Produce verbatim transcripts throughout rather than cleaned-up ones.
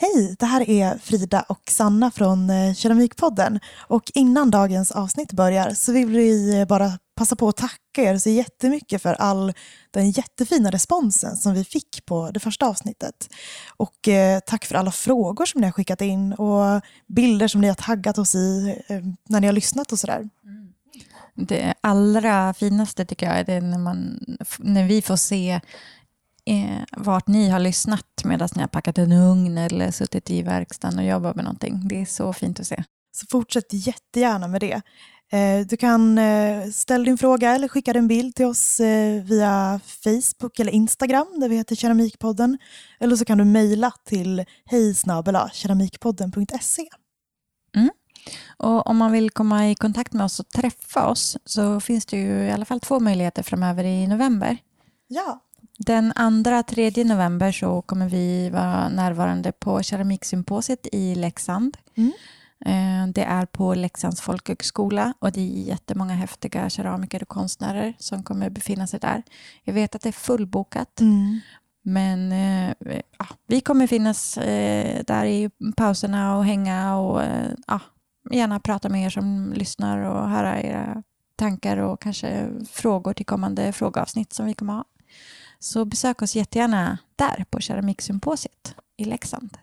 Hej, det här är Frida och Sanna från Keramikpodden. Och innan dagens avsnitt börjar så vill vi bara passa på att tacka er så jättemycket för all den jättefina responsen som vi fick på det första avsnittet. Och eh, tack för alla frågor som ni har skickat in och bilder som ni har taggat oss i eh, när ni har lyssnat och sådär. Mm. Det allra finaste tycker jag är det när, man, när vi får se Eh, vart ni har lyssnat medan ni har packat en ugn eller suttit i verkstaden och jobbat med någonting. Det är så fint att se. Så fortsätt jättegärna med det. Eh, du kan eh, ställa din fråga eller skicka en bild till oss eh, via Facebook eller Instagram där vi heter Keramikpodden. Eller så kan du mejla till hej snabel-a keramikpodden punkt se. Mm. Och om man vill komma i kontakt med oss och träffa oss så finns det ju i alla fall två möjligheter framöver i november. Ja. Den andra, tredje november så kommer vi vara närvarande på keramiksymposiet i Leksand. Mm. Det är på Leksands folkhögskola och det är jättemånga häftiga keramiker och konstnärer som kommer befinna sig där. Jag vet att det är fullbokat. Mm. Men ja, vi kommer finnas där i pauserna och hänga och ja, gärna prata med er som lyssnar och höra era tankar och kanske frågor till kommande frågeavsnitt som vi kommer ha. Så besök oss jättegärna där på keramiksymposiet i Leksand.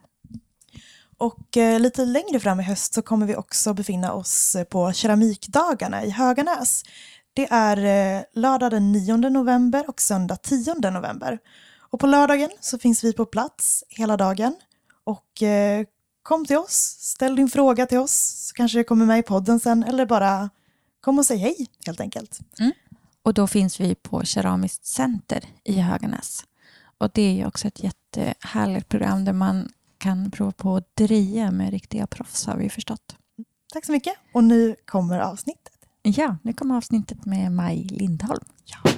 Och eh, lite längre fram i höst så kommer vi också befinna oss på keramikdagarna i Höganäs. Det är eh, lördag den nionde november och söndag tionde november. Och på lördagen så finns vi på plats hela dagen. Och eh, kom till oss, ställ din fråga till oss så kanske det kommer med i podden sen. Eller bara kom och säg hej helt enkelt. Mm. Och då finns vi på Keramiskt center i Höganäs. Och det är ju också ett jättehärligt program där man kan prova på att dreja med riktiga proffs har vi förstått. Tack så mycket. Och nu kommer avsnittet. Ja, nu kommer avsnittet med Maj Lindholm. Ja.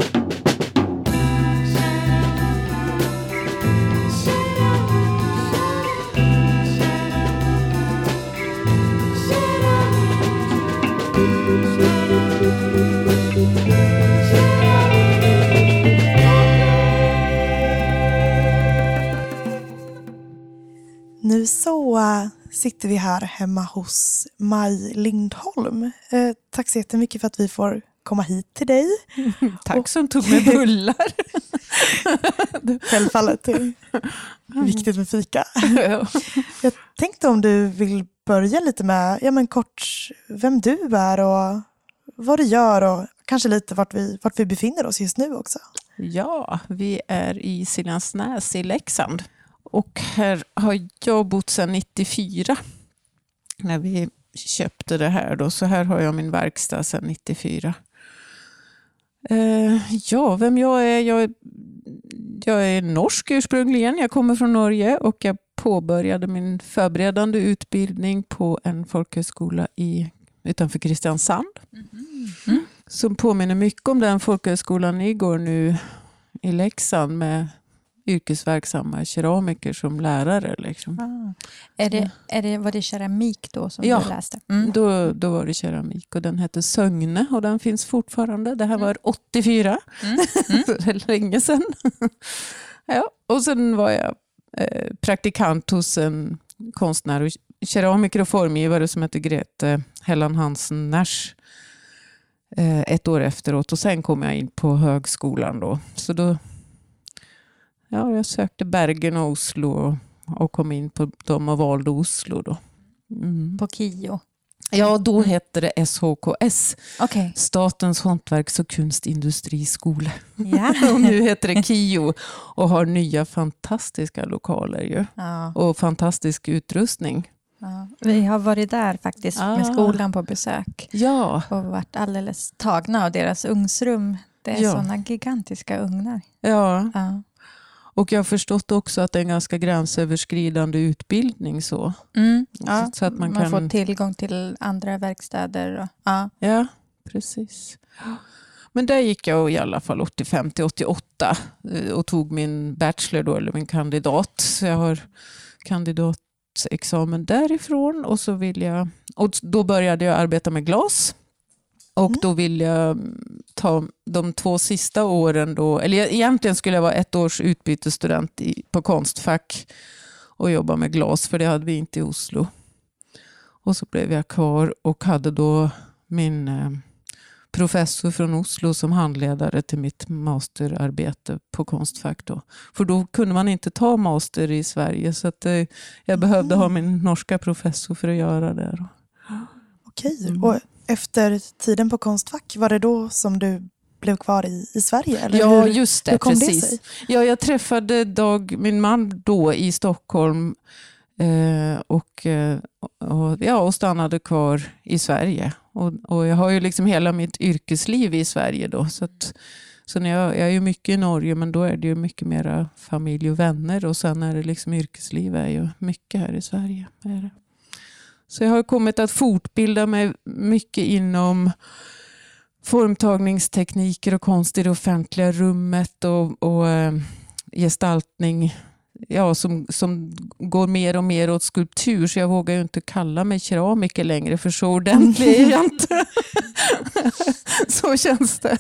Nu så uh, sitter vi här hemma hos Maj Lindholm. Eh, tack så jättemycket för att vi får komma hit till dig. Tack och, som tog med bullar. Självfallet. Det är viktigt med fika. Jag tänkte om du vill börja lite med ja, men kort vem du är och vad du gör och kanske lite vart vi, vart vi befinner oss just nu också. Ja, vi är i Siljansnäs i Leksand. Och här har jag bott sedan nittiofyra när vi köpte det här då. Så här har jag min verkstad sedan nittiofyra. Eh, ja, vem jag är? Jag, är? jag är norsk ursprungligen. Jag kommer från Norge och jag påbörjade min förberedande utbildning på en folkhögskola i, utanför Kristiansand. Mm-hmm. Mm. Som påminner mycket om den folkhögskolan ni går nu i Leksand med yrkesverksamma keramiker som lärare. Liksom. Ah. Är det, är det, var det keramik då som ja, du läste? Mm. Då, då var det keramik och den hette Sögne och den finns fortfarande. Det här var åttiofyra, mm. Mm. så det är länge sedan. ja, och sen var jag eh, praktikant hos en konstnär och keramiker och formgivare som heter Grete Hellan Hansen Nash eh, ett år efteråt och sen kom jag in på högskolan då. Så då Ja, jag sökte Bergen och Oslo och, och kom in på dem och valde Oslo då. Mm. På K I O? Ja, då hette det S H K S. Okay. Statens hantverks- och kunstindustriskola. Yeah. och nu heter det K I O och har nya fantastiska lokaler ju. Ja. Och fantastisk utrustning. Ja. Vi har varit där faktiskt ah. med skolan på besök. Ja. Och varit alldeles tagna av deras ugnsrum. Det är ja. sådana gigantiska ugnar. Ja. Ja. Och jag har förstått också att det är en ganska gränsöverskridande utbildning så. Mm, ja, så, så att man, man kan... får tillgång till andra verkstäder. Och, ja. ja, precis. Men där gick jag i alla fall åttiofem till åttioåtta och tog min bachelor då, eller min kandidat. Så jag har kandidatexamen därifrån och så vill jag och då började jag arbeta med glas. Och mm. då vill jag ta de två sista åren då, eller egentligen skulle jag vara ett års utbytesstudent i, på Konstfack och jobba med glas, för det hade vi inte i Oslo. Och så blev jag kvar och hade då min eh, professor från Oslo som handledare till mitt masterarbete på Konstfack då. För då kunde man inte ta master i Sverige, så att eh, jag behövde ha min norska professor för att göra det då. Okej, Mm. och efter tiden på Konstfack, var det då som du blev kvar i, i Sverige? Eller Ja, hur, just det, hur kom precis. det sig? Ja, jag träffade Dag, min man då i Stockholm eh, och, eh, och, ja, och stannade kvar i Sverige. Och, och jag har ju liksom hela mitt yrkesliv i Sverige då. Så, att, så när jag, jag är ju mycket i Norge, men då är det ju mycket mera familj och vänner. Och sen är det liksom yrkesliv är ju mycket här i Sverige. Är det. Så jag har kommit att fortbilda mig mycket inom formtagningstekniker och konst i det offentliga rummet och, och äh, gestaltning, ja, som, som går mer och mer åt skulptur, så jag vågar ju inte kalla mig keramiker längre, för så ordentlig är jag inte. Så känns det.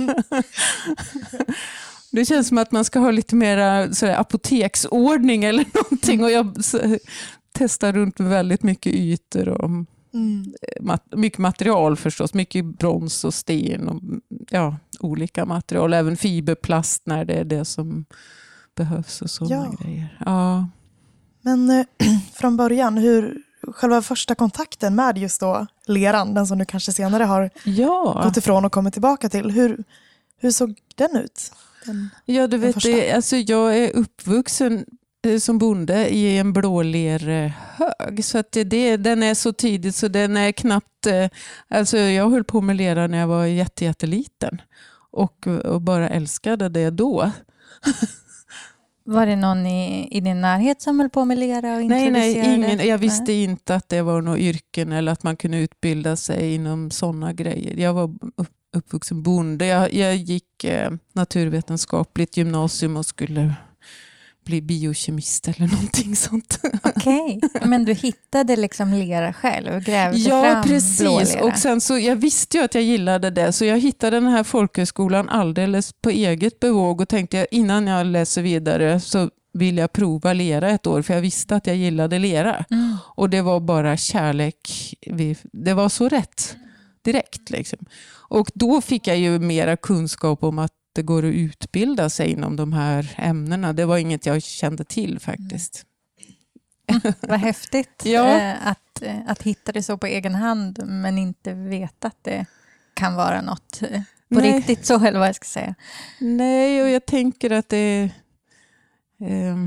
Det känns som att man ska ha lite mer sådär, apoteksordning eller någonting, och jag så, testar runt med väldigt mycket ytor och mm. mat, mycket material förstås, mycket brons och sten och ja, olika material, även fiberplast när det är det som behövs och sådana ja. grejer. Ja. Men eh, från början, hur själva första kontakten med just då leran, den som du kanske senare har ja. gått ifrån och kommit tillbaka till, hur, hur såg den ut? Den, ja, du vet, det, alltså jag är uppvuxen som bonde i en blålerhög, så att det, det, den är så tidigt så den är knappt, alltså jag höll på med lera när jag var jätte, jätteliten och, och bara älskade det då. Var det någon i, i din närhet som höll på med lera och nej, nej, ingen. Jag visste nej. inte att det var något yrken eller att man kunde utbilda sig inom sådana grejer. Jag var upp, uppvuxen bonde. Jag, jag gick eh, naturvetenskapligt gymnasium och skulle bli biokemist eller någonting sånt. Okej, okay. Men du hittade liksom lera själv, grävde ja, fram precis. blålera. Och sen så, jag visste ju att jag gillade det, så jag hittade den här folkhögskolan alldeles på eget bevåg och tänkte jag, innan jag läser vidare så vill jag prova lera ett år, för jag visste att jag gillade lera. Mm. Och det var bara kärlek. Det var så rätt direkt liksom. Och då fick jag ju mera kunskap om att det går att utbilda sig inom de här ämnena. Det var inget jag kände till faktiskt. Mm, vad häftigt ja. att, att hitta det så på egen hand, men inte veta att det kan vara något på Nej. riktigt så, eller vad jag ska säga. Nej, och jag tänker att det eh,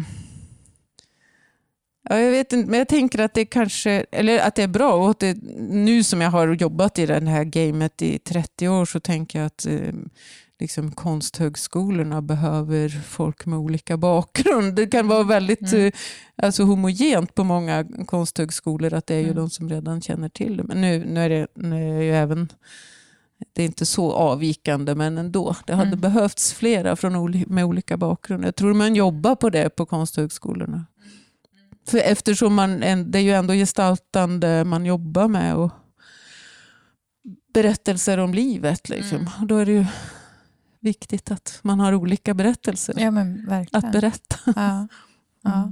ja, jag vet inte, men jag tänker att det kanske, eller att det är bra, och att det, nu som jag har jobbat i det här gamet i trettio år, så tänker jag att eh, liksom konsthögskolorna behöver folk med olika bakgrund. Det kan vara väldigt mm. alltså homogent på många konsthögskolor, att det är ju mm. de som redan känner till det. Men nu, nu, är, det, nu är ju även, det är inte så avvikande, men ändå. Det hade mm. behövts flera från oli, med olika bakgrund. Jag tror man jobbar på det på konsthögskolorna. För eftersom man, det är ju ändå gestaltande man jobbar med, och berättelser om livet liksom. Mm. Och då är det ju viktigt att man har olika berättelser ja, men verkligen. Att berätta. Ja. Ja.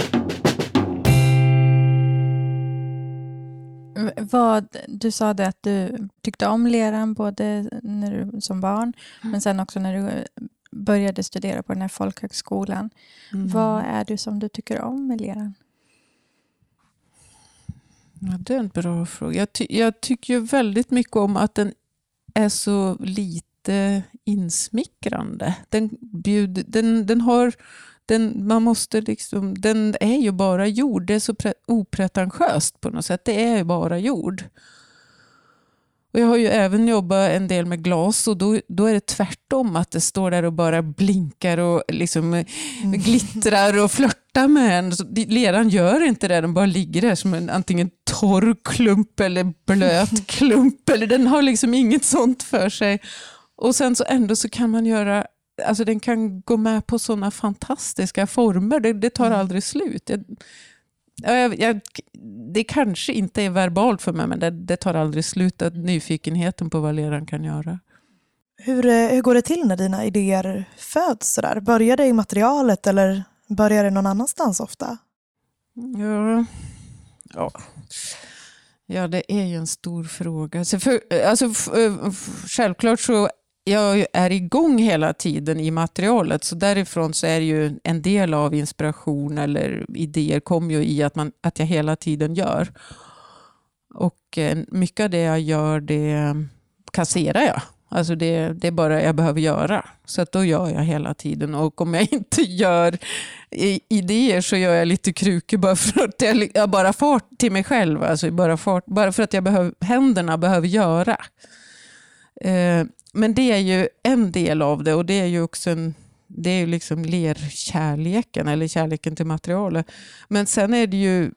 Mm. Vad, du sa det att du tyckte om leran både när du, som barn, mm. men sen också när du började studera på den här folkhögskolan. Mm. Vad är det som du tycker om med leran? Ja, det är en bra fråga. Jag, ty- jag tycker ju väldigt mycket om att den är så lite insmickrande. Den, bjud, den, den har, den, man måste liksom, den är ju bara jord. Det är så pre- opretentiöst på något sätt. Det är bara jord. Och jag har ju även jobbat en del med glas, och då, då är det tvärtom, att det står där och bara blinkar och liksom mm. glittrar och flörtar med en. Så leran gör inte det, den bara ligger där som en antingen torr klump eller blöt klump, eller den har liksom inget sånt för sig. Och sen så ändå så kan man göra, alltså den kan gå med på sådana fantastiska former, det, det tar aldrig slut. Jag, Jag, jag, det kanske inte är verbalt för mig, men det, det tar aldrig slut, att nyfikenheten på vad leran kan göra. Hur, hur går det till när dina idéer föds sådär? Börjar det i materialet eller börjar det någon annanstans ofta? Ja, ja. ja, det är ju en stor fråga. Så för, alltså, självklart så jag är igång hela tiden i materialet, så därifrån så är det ju en del av inspiration eller idéer kommer ju i att, man, att jag hela tiden gör. Och mycket av det jag gör, det kasserar jag. Alltså det, det är bara jag behöver göra. Så att då gör jag hela tiden. Och om jag inte gör idéer så gör jag lite krukor bara för att jag, jag bara fart till mig själv. Alltså bara, fart, bara för att jag behöver, händerna behöver göra. Eh, men det är ju en del av det. Och det är ju också en, det är ju liksom lerkärleken eller kärleken till materialet. Men sen är det ju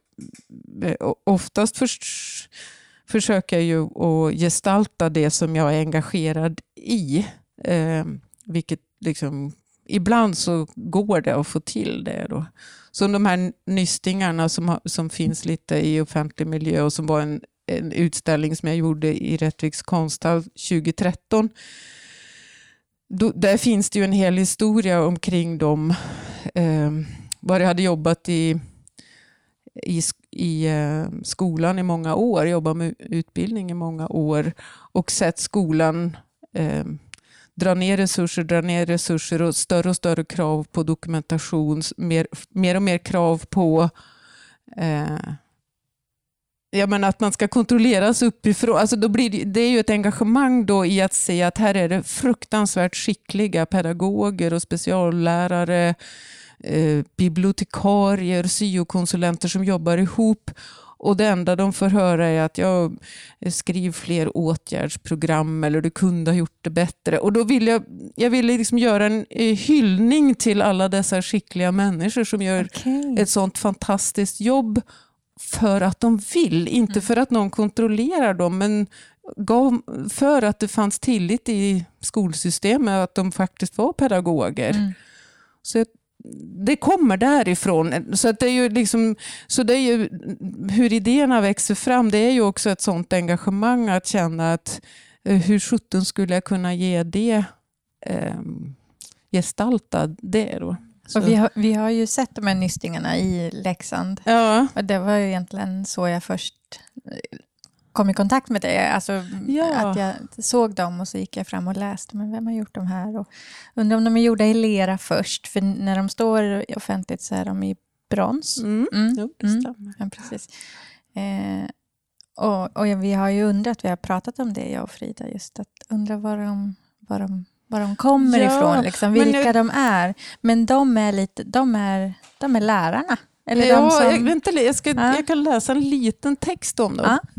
oftast först försöker jag ju att gestalta det som jag är engagerad i. Eh, vilket liksom, ibland så går det att få till det då. Så de här nystingarna som, som finns lite i offentlig miljö och som var en, en utställning som jag gjorde i Rättviks konsthall tjugo-tretton. Då, där finns det ju en hel historia omkring dem. Eh, var jag hade jobbat i i, i eh, skolan i många år, jobbat med utbildning i många år och sett skolan eh, dra ner resurser, dra ner resurser och större och större krav på dokumentation, mer, mer och mer krav på eh, jag menar att man ska kontrolleras uppifrån. Alltså då blir det, det är ju ett engagemang då i att se att här är det fruktansvärt skickliga pedagoger och speciallärare, Eh, bibliotekarier, syokonsulenter som jobbar ihop, och det enda de får höra är att jag skriver fler åtgärdsprogram eller du kunde ha gjort det bättre. Och då vill jag, jag ville liksom göra en eh, hyllning till alla dessa skickliga människor som gör okay. ett sånt fantastiskt jobb för att de vill, inte mm. för att någon kontrollerar dem, men gav, för att det fanns tillit i skolsystemet att de faktiskt var pedagoger. Mm. Så jag det kommer därifrån, så att det är ju liksom, så det är ju hur idéerna växer fram, det är ju också ett sånt engagemang att känna att hur sjutton skulle jag kunna ge det eh, gestalta det då. Så. Och vi har, vi har ju sett de här nystingarna i Leksand. Ja. Och det var ju egentligen så jag först kom i kontakt med det. Alltså ja. Att jag såg dem och så gick jag fram och läste. Men vem har gjort de här? Och undrar om de är gjorda i lera först. För när de står offentligt så är de i brons. Mm. Mm. Jo, det stämmer. Mm. Ja, precis. Eh, och, och vi har ju undrat, vi har pratat om det, jag och Frida, just att undra var de, var de, var de kommer ja, ifrån. Liksom, vilka nu... de är. Men de är lite, de är, de är lärarna. Eller ja, de som... jag, vänta, jag, ska, ja. jag kan läsa en liten text om dem. Ja.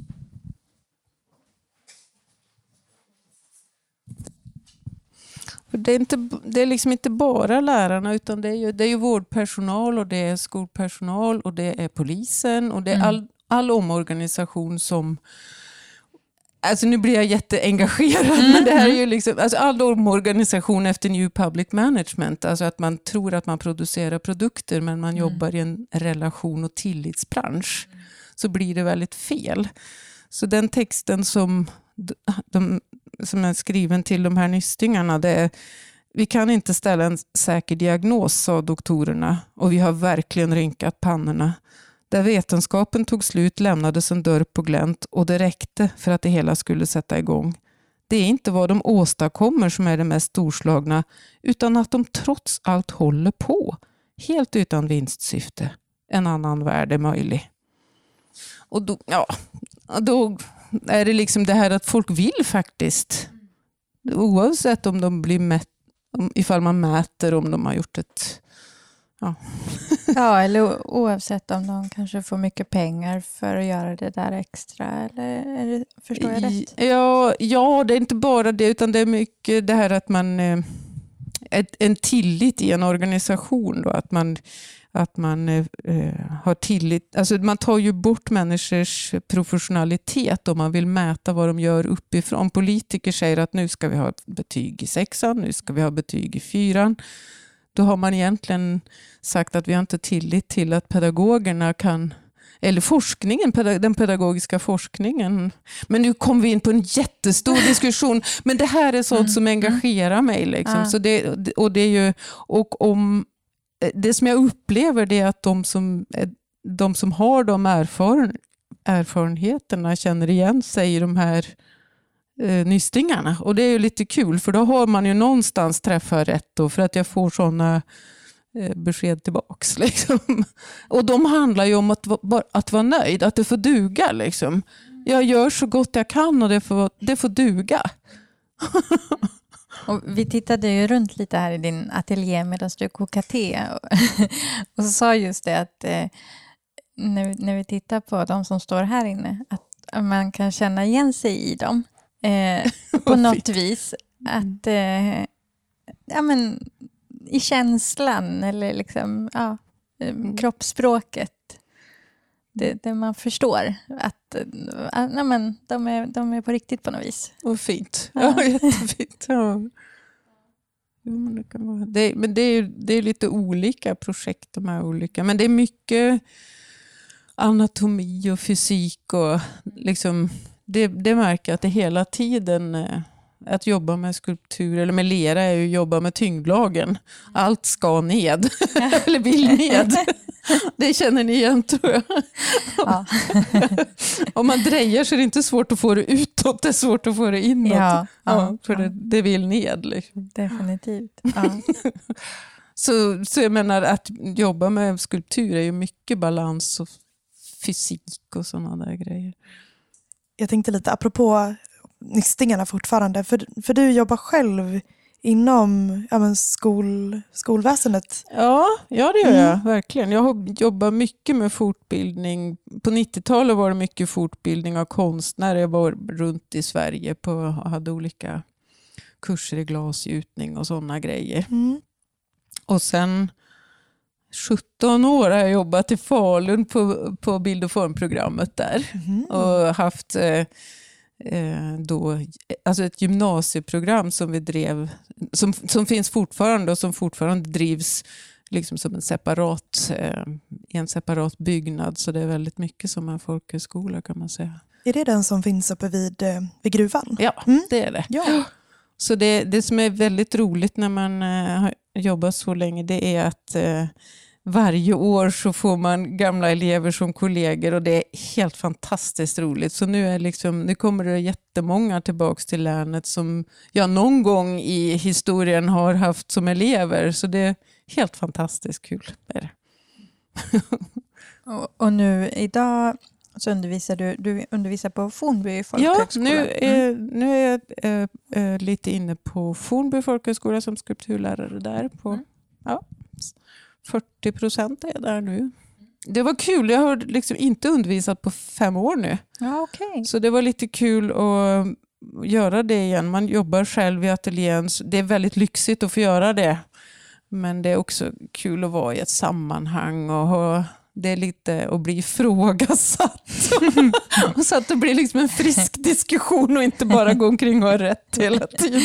Det är, inte, det är liksom inte bara lärarna, utan det är ju, det är ju vårdpersonal och det är skolpersonal och det är polisen och det är mm. all, all omorganisation som... Alltså nu blir jag jätteengagerad, mm. men det här är ju liksom... Alltså all omorganisation efter New Public Management, alltså att man tror att man producerar produkter men man mm. jobbar i en relation och tillitsbransch, mm. så blir det väldigt fel. Så den texten som... De, som är skriven till de här nystingarna, det är: vi kan inte ställa en säker diagnos, sa doktorerna, och vi har verkligen rynkat pannorna. Där vetenskapen tog slut lämnades en dörr på glänt och det räckte för att det hela skulle sätta igång. Det är inte vad de åstadkommer som är det mest storslagna, utan att de trots allt håller på, helt utan vinstsyfte. En annan värld är möjlig. Och då, ja, då är det liksom det här att folk vill faktiskt, oavsett om de blir mätt, ifall man mäter om de har gjort ett ja. ja, eller oavsett om de kanske får mycket pengar för att göra det där extra, eller är det, förstår jag rätt? Ja, ja, det är inte bara det, utan det är mycket det här att man ett, en tillit i en organisation då, att man att man eh, har tillit, alltså man tar ju bort människors professionalitet om man vill mäta vad de gör uppifrån. Politiker säger att nu ska vi ha betyg i sexan, nu ska vi ha betyg i fyran. Då har man egentligen sagt att vi har inte tillit till att pedagogerna kan, eller forskningen, den pedagogiska forskningen. Men nu kommer vi in på en jättestor diskussion, men det här är sånt mm. som engagerar mig liksom. Ja. Så det, och det är ju, och om det som jag upplever, det är att de som är, de som har de erfaren, erfarenheterna känner igen sig i de här eh, nystingarna. Och det är ju lite kul, för då har man ju någonstans träffat rätt då, för att jag får sådana eh, besked tillbaks. Liksom. Och de handlar ju om att, att vara nöjd, att det får duga. Liksom. Jag gör så gott jag kan och det får, det får duga. Och vi tittade ju runt lite här i din ateljé medan du kokade te. Och så sa just det att eh, när, när vi tittar på de som står här inne, att man kan känna igen sig i dem eh, på något vis. Att eh, ja, men, i känslan eller liksom, ja, eh, kroppsspråket. Det, det man förstår att äh, nej men, de, är, de är på riktigt på något vis. Och fint. Ja, ja jättefint. Ja. Jo, men det, kan vara. Det, men det, är, det är lite olika projekt, de här olika. Men det är mycket anatomi och fysik. Och liksom, det, det märker jag att det hela tiden... Att jobba med skulptur eller med lera är ju att jobba med tyngdlagen. Allt ska ned. Eller vill ned. Det känner ni igen, tror jag. Ja. Om man drejar så är det inte svårt att få det utåt. Det är svårt att få det inåt. Ja, ja, ja, för det, det vill ned. Liksom. Definitivt. Ja. så, så jag menar att jobba med skulptur är ju mycket balans och fysik och sådana där grejer. Jag tänkte lite apropå nystingarna fortfarande. För, för du jobbar själv inom ja, men skol, skolväsendet. Ja, ja, det gör jag mm. verkligen. Jag har jobbat mycket med fortbildning. På nittiotalet var det mycket fortbildning av konstnärer. Jag var runt i Sverige på, och hade olika kurser i glasgjutning och sådana grejer. Mm. Och sen sjutton år har jag jobbat i Falun på, på bild- och formprogrammet där. Mm. Och haft... Eh, Då, alltså ett gymnasieprogram som vi drev som, som finns fortfarande och som fortfarande drivs liksom som en separat eh, en separat byggnad, så det är väldigt mycket som en folkhögskola, kan man säga. Är det den som finns uppe vid, vid gruvan? Ja, mm. det är det. Ja. Så det, det som är väldigt roligt när man eh, har jobbat så länge, det är att eh, varje år så får man gamla elever som kollegor och det är helt fantastiskt roligt. Så nu, är liksom, nu kommer det jättemånga tillbaka till länet som jag någon gång i historien har haft som elever. Så det är helt fantastiskt kul. Är det. och, och nu idag så undervisar du, du undervisar på Fornby folkhögskola. Ja, nu är, mm. nu är jag äh, äh, lite inne på Fornby folkhögskola som skulpturlärare där. På, mm. ja. fyrtio procent är där nu. Det var kul. Jag har liksom inte undervisat på fem år nu. Ja, okay. Så det var lite kul att göra det igen. Man jobbar själv i ateljén. Det är väldigt lyxigt att få göra det. Men det är också kul att vara i ett sammanhang och ha, det är lite att bli ifrågasatt. Och så att det blir liksom en frisk diskussion och inte bara gå omkring och ha rätt hela tiden.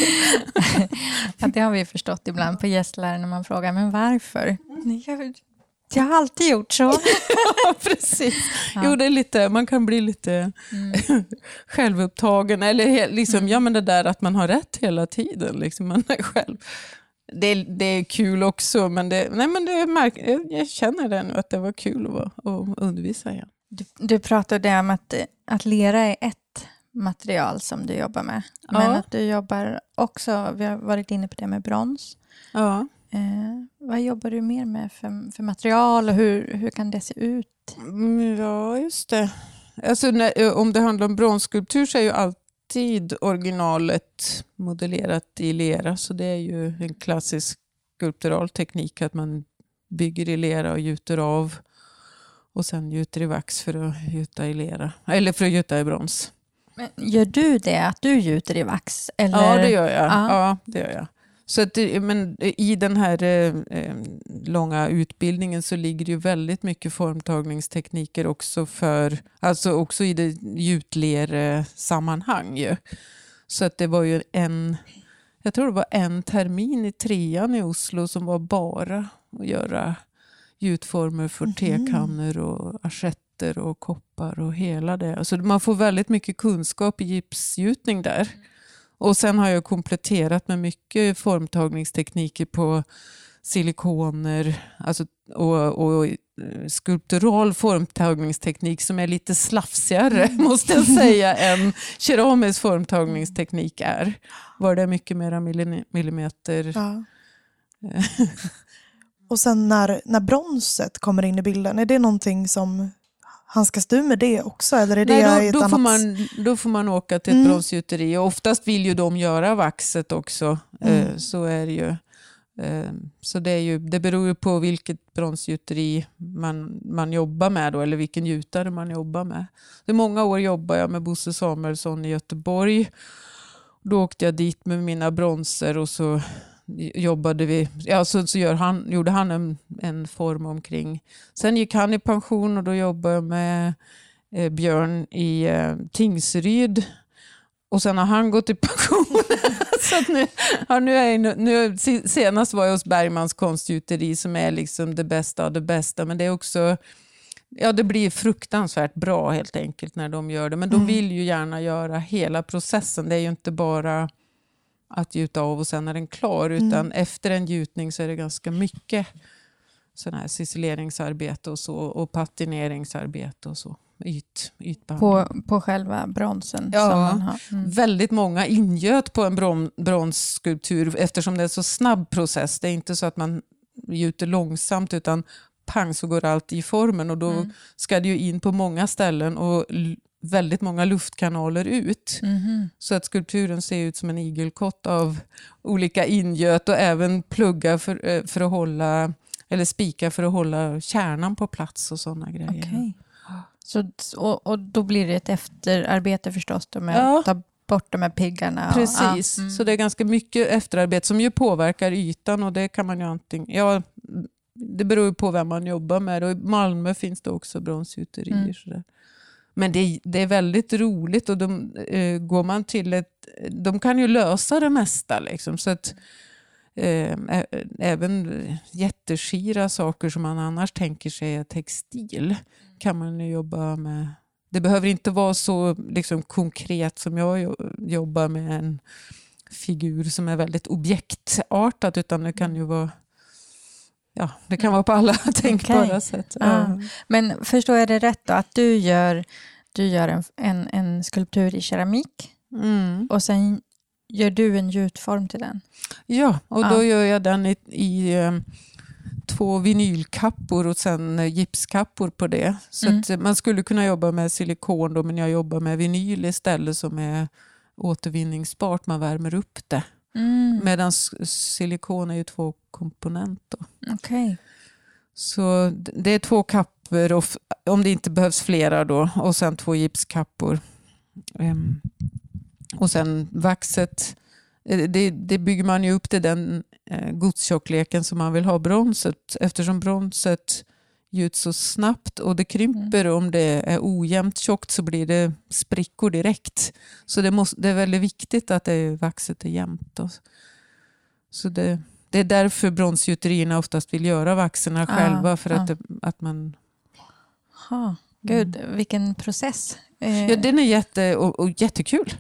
Ja, det har vi förstått ibland på gästlärare när man frågar, men varför? Jag, jag har alltid gjort så. Ja, precis. Ja. Jo, det är lite, man kan bli lite mm. självupptagen. Eller liksom, mm. ja, men det där att man har rätt hela tiden. Liksom, man är själv. Det, det är kul också, men, det, nej, men det märk, jag känner det nu att det var kul att, vara, att undervisa igen. Du, du pratade om att, att lera är ett material som du jobbar med. Men ja. Att du jobbar också, vi har varit inne på det med brons. Ja. Eh, vad jobbar du mer med för, för material och hur, hur kan det se ut? Ja, just det. Alltså, när, om det handlar om bronsskulptur så är ju allt tid originalet modellerat i lera, så det är ju en klassisk skulptural teknik att man bygger i lera och gjuter av och sen gjuter i vax för att gjuta i lera eller för att gjuta i brons. Men gör du det, att du gjuter i vax? Eller? Ja, det gör jag. Ah. Ja, det gör jag. Så att, men i den här eh, långa utbildningen så ligger det ju väldigt mycket formtagningstekniker också för, alltså också i det gjutler-sammanhang ju. Så att det var ju en, jag tror det var en termin i trean i Oslo som var bara att göra gjutformer för mm. tekannor och aschetter och koppar och hela det. Alltså man får väldigt mycket kunskap i gipsgjutning där. Och sen har jag kompletterat med mycket formtagningstekniker på silikoner, alltså, och, och skulptural formtagningsteknik som är lite slafsigare mm. måste jag säga än keramisk formtagningsteknik är. Var det mycket mera millimeter. Ja. Och sen när, när bronset kommer in i bilden, är det någonting som handskas du med det också? Eller är det Nej, då, ett då, får annat... man, då får man åka till ett mm. bronsgjuteri. Och oftast vill ju de göra vaxet också. Mm. Eh, så är det ju. Eh, så det, är ju, det beror ju på vilket bronsgjuteri man, man jobbar med då, eller vilken gjutare man jobbar med. Det är många år jobbar jag med Bosse Samuelsson i Göteborg. Då åkte jag dit med mina bronser och så jobbade vi, ja, så, så gör han, gjorde han en, en form omkring. Sen gick han i pension och då jobbade jag med eh, Björn i eh, Tingsryd. Och sen har han gått i pension. Så att nu, ja, nu är jag, nu, senast var jag hos Bergmans konstgjuteri som är liksom det bästa av det bästa. Men det är också, ja, det blir fruktansvärt bra helt enkelt när de gör det. Men de vill ju gärna göra hela processen. Det är ju inte bara att gjuta av och sen är den klar. Utan mm. efter en gjutning så är det ganska mycket sån här ciseleringsarbete och så. Och patineringsarbete och så. Yt, på, på själva bronsen. Ja, som man har. Mm. Väldigt många ingöt på en bron, bronsskulptur eftersom det är så snabb process. Det är inte så att man gjuter långsamt utan pang så går allt i formen och då mm. ska det ju in på många ställen och l- väldigt många luftkanaler ut. Mm. Så att skulpturen ser ut som en igelkott av olika ingöt och även plugga för, för att hålla, eller spika för att hålla kärnan på plats och sådana grejer. Okay. Så, och, och då blir det ett efterarbete förstås då med ja. att ta bort de här piggarna. Precis, och, ah, mm. så det är ganska mycket efterarbete som ju påverkar ytan och det kan man ju antingen, ja, det beror ju på vem man jobbar med och i Malmö finns det också bronsgjuterier. Mm. Sådär. Men det, det är väldigt roligt och de, eh, går man till ett, de kan ju lösa det mesta liksom, så att eh, ä, även jätteskira saker som man annars tänker sig är textil kan man ju jobba med. Det behöver inte vara så liksom, konkret som jag jobbar med en figur som är väldigt objektartad utan det kan ju vara ja, det kan vara på alla tänkbara okay. sätt. Ja. Ah. Men förstår jag det rätt då att du gör, du gör en, en, en skulptur i keramik mm. och sen gör du en gjutform till den? Ja, och ah. då gör jag den i, i två vinylkappor och sen gipskappor på det. Så mm. att man skulle kunna jobba med silikon då, men jag jobbar med vinyl istället som är återvinningsbart. Man värmer upp det. Mm. Medan silikon är ju två komponenter. Okay. Så det är två kappor och om det inte behövs flera då. Och sen två gipskappor. Um, och sen vaxet. Det, det bygger man ju upp till den eh, godstjockleken som man vill ha bronset. Eftersom bronset gjuts så snabbt och det krymper mm. om det är ojämnt tjockt så blir det sprickor direkt. Så det, måste, det är väldigt viktigt att det, vaxet är jämnt. Och, så det, det är därför bronsgjuterierna oftast vill göra vaxerna ah, själva för ah. att, det, att man... Ha. Gud, mm. vilken process. Ja, den är jätte, och, och jättekul.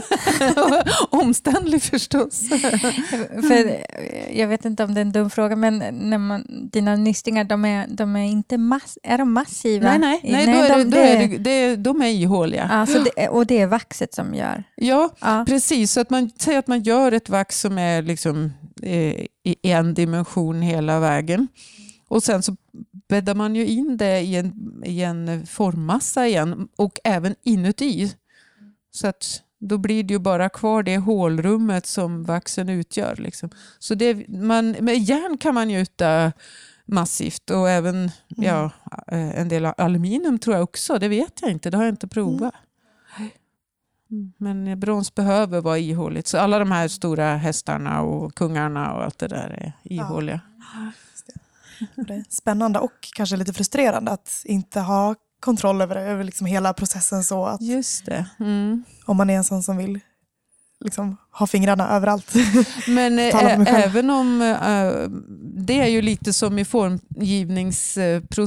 Omständlig förstås. För, jag vet inte om det är en dum fråga, men när man, dina nystingar, de är, de är inte mass, är de massiva? Nej, nej, nej, nej då är de, då är det, det, de är ihåliga. Alltså det, och det är vaxet som gör? Ja, ja, precis. Så att man säger att man gör ett vax som är liksom, eh, i en dimension hela vägen. Och sen så bäddar man ju in det i en, i en formmassa igen och även inuti. Så att då blir det ju bara kvar det hålrummet som vaxen utgör. Liksom. Så det, man, med järn kan man gjuta massivt och även mm. ja, en del aluminium tror jag också. Det vet jag inte, det har jag inte provat. Mm. Men brons behöver vara ihåligt. Så alla de här stora hästarna och kungarna och allt det där är ihåliga. Ja. Det är spännande och kanske lite frustrerande att inte ha kontroll över, över liksom hela processen så att just det. Mm. Om man är en sån som vill liksom ha fingrarna överallt. Men ä- även om äh, det är ju lite som i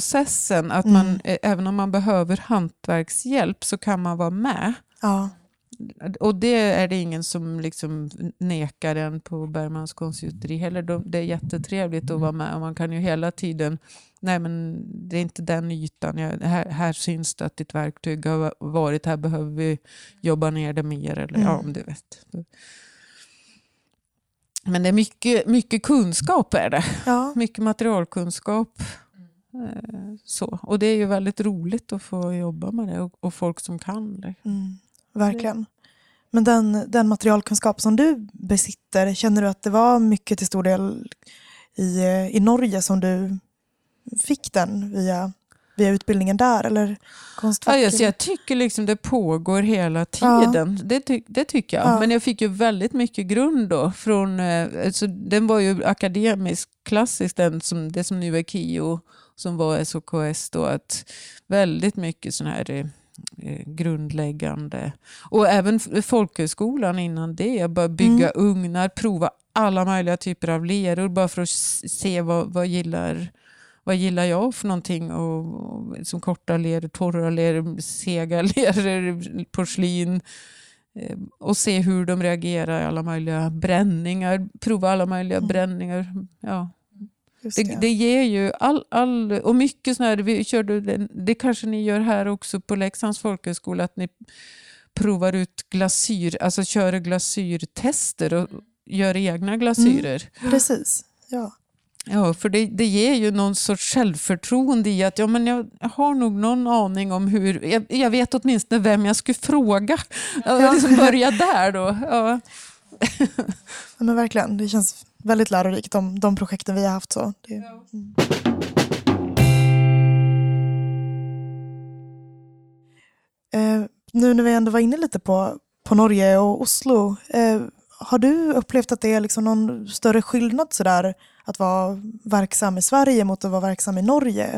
formgivningsprocessen att man, mm. äh, även om man behöver hantverkshjälp så kan man vara med. Ja. och det är det ingen som liksom nekar en på Bergmans konstgjuteri heller. De, det är jättetrevligt att vara med och man kan ju hela tiden, nej men det är inte den ytan, jag, här, här syns det att ditt verktyg har varit, här behöver vi jobba ner det mer eller mm. ja, om du vet. Men det är mycket, mycket kunskap är det. Ja. Mycket materialkunskap. Så. Och det är ju väldigt roligt att få jobba med det och, och folk som kan det. Mm, verkligen. Men den, den materialkunskap som du besitter, känner du att det var mycket till stor del i, i Norge som du fick den via, via utbildningen där? Eller konstfack? Ja, alltså jag tycker liksom det pågår hela tiden. Ja. Det, ty, det tycker jag. Ja. Men jag fick ju väldigt mycket grund då. Från, alltså, den var ju akademisk, klassisk, den som, det som nu är K I O. Som var S O K S då, att väldigt mycket sån här eh, grundläggande. Och även folkhögskolan innan det, bara bygga mm. ugnar, prova alla möjliga typer av leror bara för att se vad, vad gillar vad gillar jag för någonting, och, och som korta leror, torra leror, sega leror, porslin, eh, och se hur de reagerar i alla möjliga bränningar, prova alla möjliga mm. bränningar, ja. Det, det. det ger ju all, all och mycket sån här, vi körde, det, det kanske ni gör här också på Leksands folkhögskola, att ni provar ut glasyr, alltså kör glasyrtester och gör egna glasyrer. Mm, precis, ja. Ja, för det, det ger ju någon sorts självförtroende i att ja, men jag, jag har nog någon aning om hur, jag, jag vet åtminstone vem jag skulle fråga. Ja. Jag liksom börja där då. Ja. Ja, men verkligen, det känns väldigt lärorikt, de, de projekten vi har haft. Så. Det, mm. eh, nu när vi ändå var inne lite på, på Norge och Oslo, eh, har du upplevt att det är liksom någon större skillnad så där, att vara verksam i Sverige mot att vara verksam i Norge?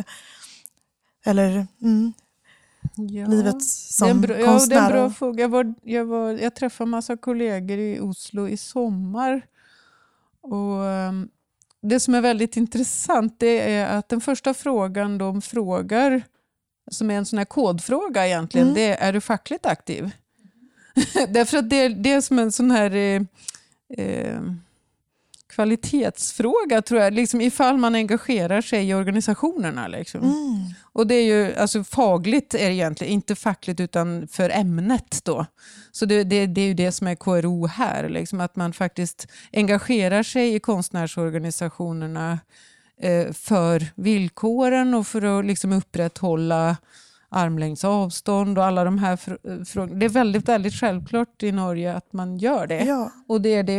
Eller mm, ja, livet som det är en bra, konstnär? Ja, det är en bra fråga. Jag, var, jag, var, jag träffade massa kollegor i Oslo i sommar. Och um, det som är väldigt intressant, det är att den första frågan de frågar, som är en sån här kodfråga egentligen, mm. det är: är du fackligt aktiv? Därför att det, det är som en sån här eh, eh, kvalitetsfråga, tror jag, liksom ifall man engagerar sig i organisationerna. Liksom. Mm. Och det är ju, alltså fagligt är det egentligen, inte fackligt utan för ämnet då. Så det, det, det är ju det som är K R O här, liksom, att man faktiskt engagerar sig i konstnärsorganisationerna eh, för villkoren och för att liksom upprätthålla armlängds avstånd och alla de här frågorna. Det är väldigt, väldigt självklart i Norge att man gör det. Ja. Och det är det.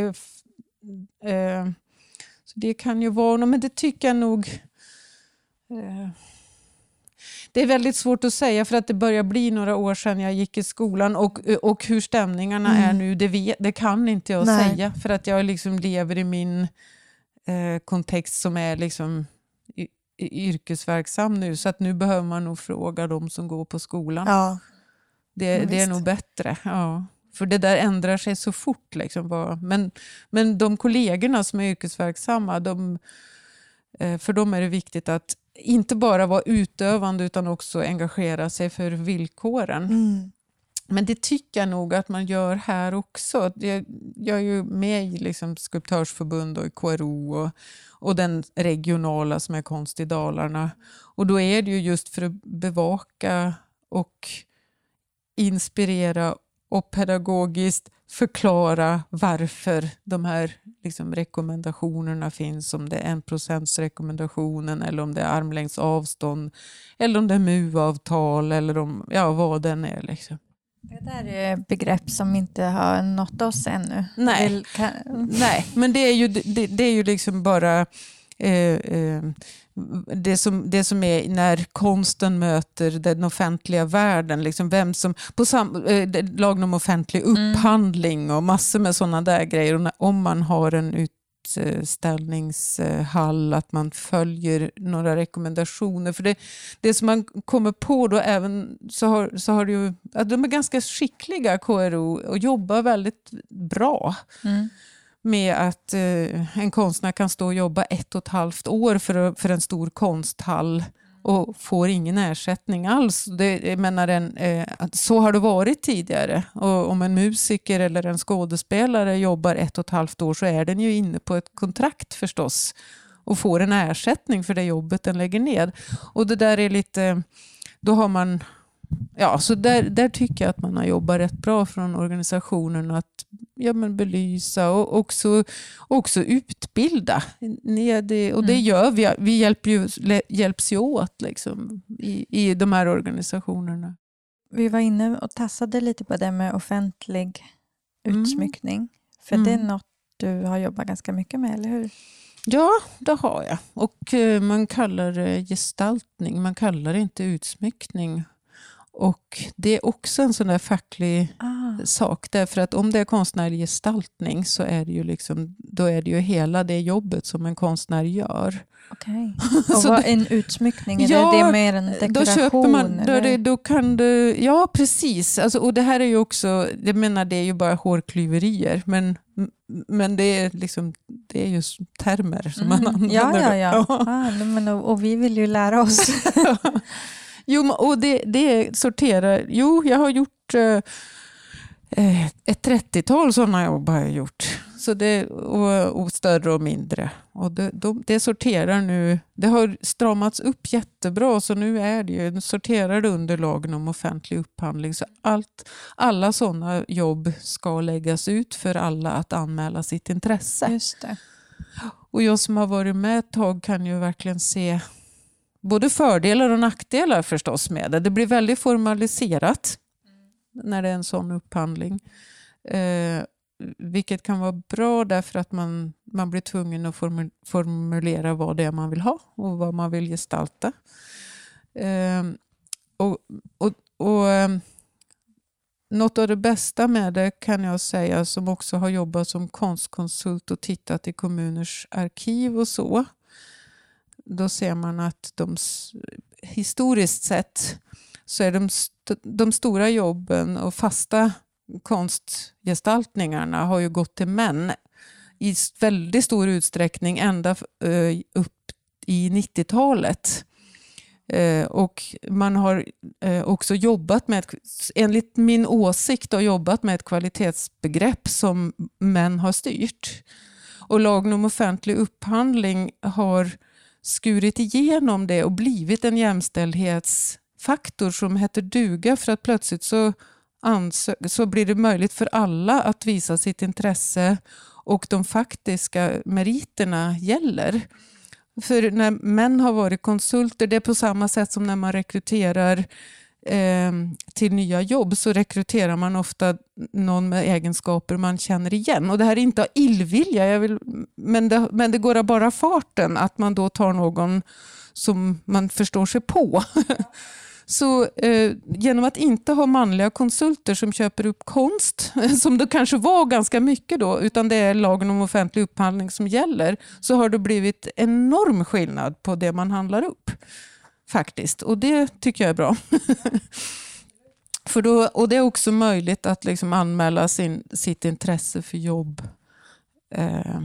Eh, så det kan ju vara, men det tycker jag nog. Eh, det är väldigt svårt att säga, för att det börjar bli några år sedan jag gick i skolan, och, och hur stämningarna mm. är nu, det, vet, det kan inte jag Nej. säga, för att jag liksom lever i min eh, kontext som är liksom yrkesverksam nu, så att nu behöver man nog fråga de som går på skolan. Ja. Det, det är nog bättre. Ja. För det där ändrar sig så fort. Liksom. Men, men de kollegorna som är yrkesverksamma, de, för dem är det viktigt att inte bara vara utövande utan också engagera sig för villkoren. Mm. Men det tycker jag nog att man gör här också. Jag, jag är ju med i liksom Skulptörsförbund och i K R O och, och den regionala som är Konst i Dalarna. Och då är det ju just för att bevaka och inspirera och pedagogiskt förklara varför de här liksom rekommendationerna finns, om det är en procents rekommendationen eller om det är armlängds avstånd eller om det är M U-avtal eller om ja, vad den är liksom. Det där är begrepp som inte har nått oss ännu. Nej, Vill, kan... Nej men det är ju, det, det är ju liksom bara eh, eh, det, som, det som är när konsten möter den offentliga världen. Liksom vem som, på sam, eh, lagen om offentlig upphandling mm. och massor med sådana där grejer. Och när, om man har en utställningshall, att man följer några rekommendationer. För det, det som man kommer på då, även så har, så har det ju, att de är ganska skickliga K R O och jobbar väldigt bra mm. med att eh, en konstnär kan stå och jobba ett och ett halvt år för, för en stor konsthall och får ingen ersättning alls. Det, jag menar en, eh, att så har det varit tidigare. Och om en musiker eller en skådespelare jobbar ett och ett halvt år så är den ju inne på ett kontrakt förstås och får en ersättning för det jobbet den lägger ned. Och det där är lite, då har man, ja, så där, där tycker jag att man har jobbat rätt bra från organisationen att ja, men belysa och också, också utbilda. Och det gör vi. Vi hjälper ju, hjälps ju åt liksom, i, i de här organisationerna. Vi var inne och tassade lite på det med offentlig utsmyckning. Mm. För mm. det är något du har jobbat ganska mycket med, eller hur? Ja, det har jag. Och eh, man kallar det gestaltning. Man kallar det inte utsmyckning. Och det är också en sån där facklig ah. sak. Därför att om det är konstnärlig gestaltning så är det ju liksom, då är det ju hela det jobbet som en konstnär gör. Okej. Okay. Och vad är en utsmyckning? Är ja, det, det mer en dekoration? Då köper man, då, det, då kan du, ja precis. Alltså, och det här är ju också, jag menar det är ju bara hårklyverier. Men, men det är liksom, det är ju termer som mm. man använder. Ja, ja, ja. ja. Ah, men, och, och vi vill ju lära oss. Jo, och det, det sorterar, jo jag har gjort eh, ett trettiotal sådana jobb har jag gjort. Så det, och, och större och mindre. Och det, de, det sorterar nu, det har stramats upp jättebra så nu är det ju, sorterar det under lagen om offentlig upphandling. Så allt, alla sådana jobb ska läggas ut för alla att anmäla sitt intresse. Just det. Och jag som har varit med ett tag kan ju verkligen se både fördelar och nackdelar förstås med det. Det blir väldigt formaliserat mm. när det är en sån upphandling. Eh, vilket kan vara bra därför att man, man blir tvungen att formu- formulera vad det är man vill ha och vad man vill gestalta. Eh, och, och, och eh, något av det bästa med det kan jag säga som också har jobbat som konstkonsult och tittat i kommuners arkiv och så. Då ser man att de, historiskt sett så är de, st- de stora jobben och fasta konstgestaltningarna har ju gått till män i väldigt stor utsträckning ända uh, upp i nittiotalet. Uh, och man har uh, också jobbat med, ett, enligt min åsikt, har jobbat med ett kvalitetsbegrepp som män har styrt. Och lagen om offentlig upphandling har skurit igenom det och blivit en jämställdhetsfaktor som heter duga för att plötsligt så, ansö- så blir det möjligt för alla att visa sitt intresse och de faktiska meriterna gäller. För när män har varit konsulter, det är på samma sätt som när man rekryterar eh, till nya jobb så rekryterar man ofta någon med egenskaper man känner igen. Och det här är inte av illvilja, jag vill, men, det, men det går av bara farten att man då tar någon som man förstår sig på. Så eh, genom att inte ha manliga konsulter som köper upp konst, som det kanske var ganska mycket då, utan det är lagen om offentlig upphandling som gäller, så har det blivit enorm skillnad på det man handlar upp. Faktiskt. Och det tycker jag är bra. För då, och det är också möjligt att liksom anmäla sin, sitt intresse för jobb eh,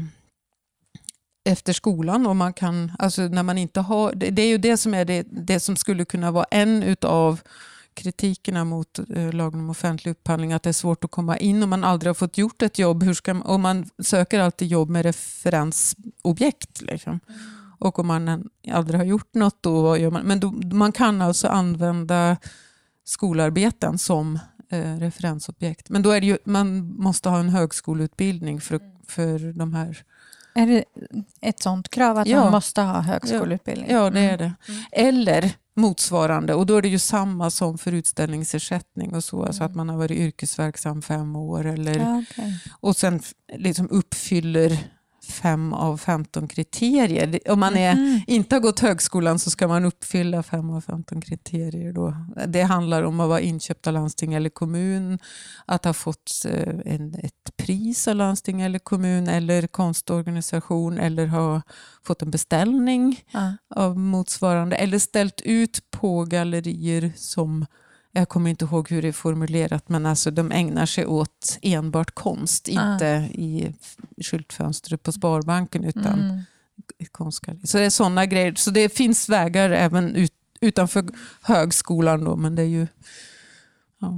efter skolan. Och man kan, alltså när man inte har, det, det är ju det som är det, det som skulle kunna vara en utav kritikerna mot eh, lagen om offentlig upphandling, att det är svårt att komma in om man aldrig har fått gjort ett jobb. Hur ska man, och man söker alltid jobb med referensobjekt liksom. Och om man aldrig har gjort något då, vad gör man? Men då, man kan alltså använda skolarbeten som eh, referensobjekt. Men då är det ju, man måste ha en högskoleutbildning för, för de här. Är det ett sånt krav att ja. man måste ha högskoleutbildning? Ja, ja det är det. Mm. Eller motsvarande. Och då är det ju samma som för utställningsersättning och så. Mm. Alltså att man har varit yrkesverksam fem år. Eller, ja, okay. Och sen liksom uppfyller fem av femton kriterier. Om man är, mm. inte har gått högskolan så ska man uppfylla fem av femton kriterier. Då. Det handlar om att vara inköpt av landsting eller kommun, att ha fått en, ett pris av landsting eller kommun eller konstorganisation eller ha fått en beställning mm. av motsvarande eller ställt ut på gallerier som, jag kommer inte ihåg hur det är formulerat, men alltså de ägnar sig åt enbart konst, ah. inte i skyltfönstret på Sparbanken utan mm. konstgalleri. Så det är sådana grejer. Så det finns vägar även ut, utanför högskolan då, men det är ju... Ja.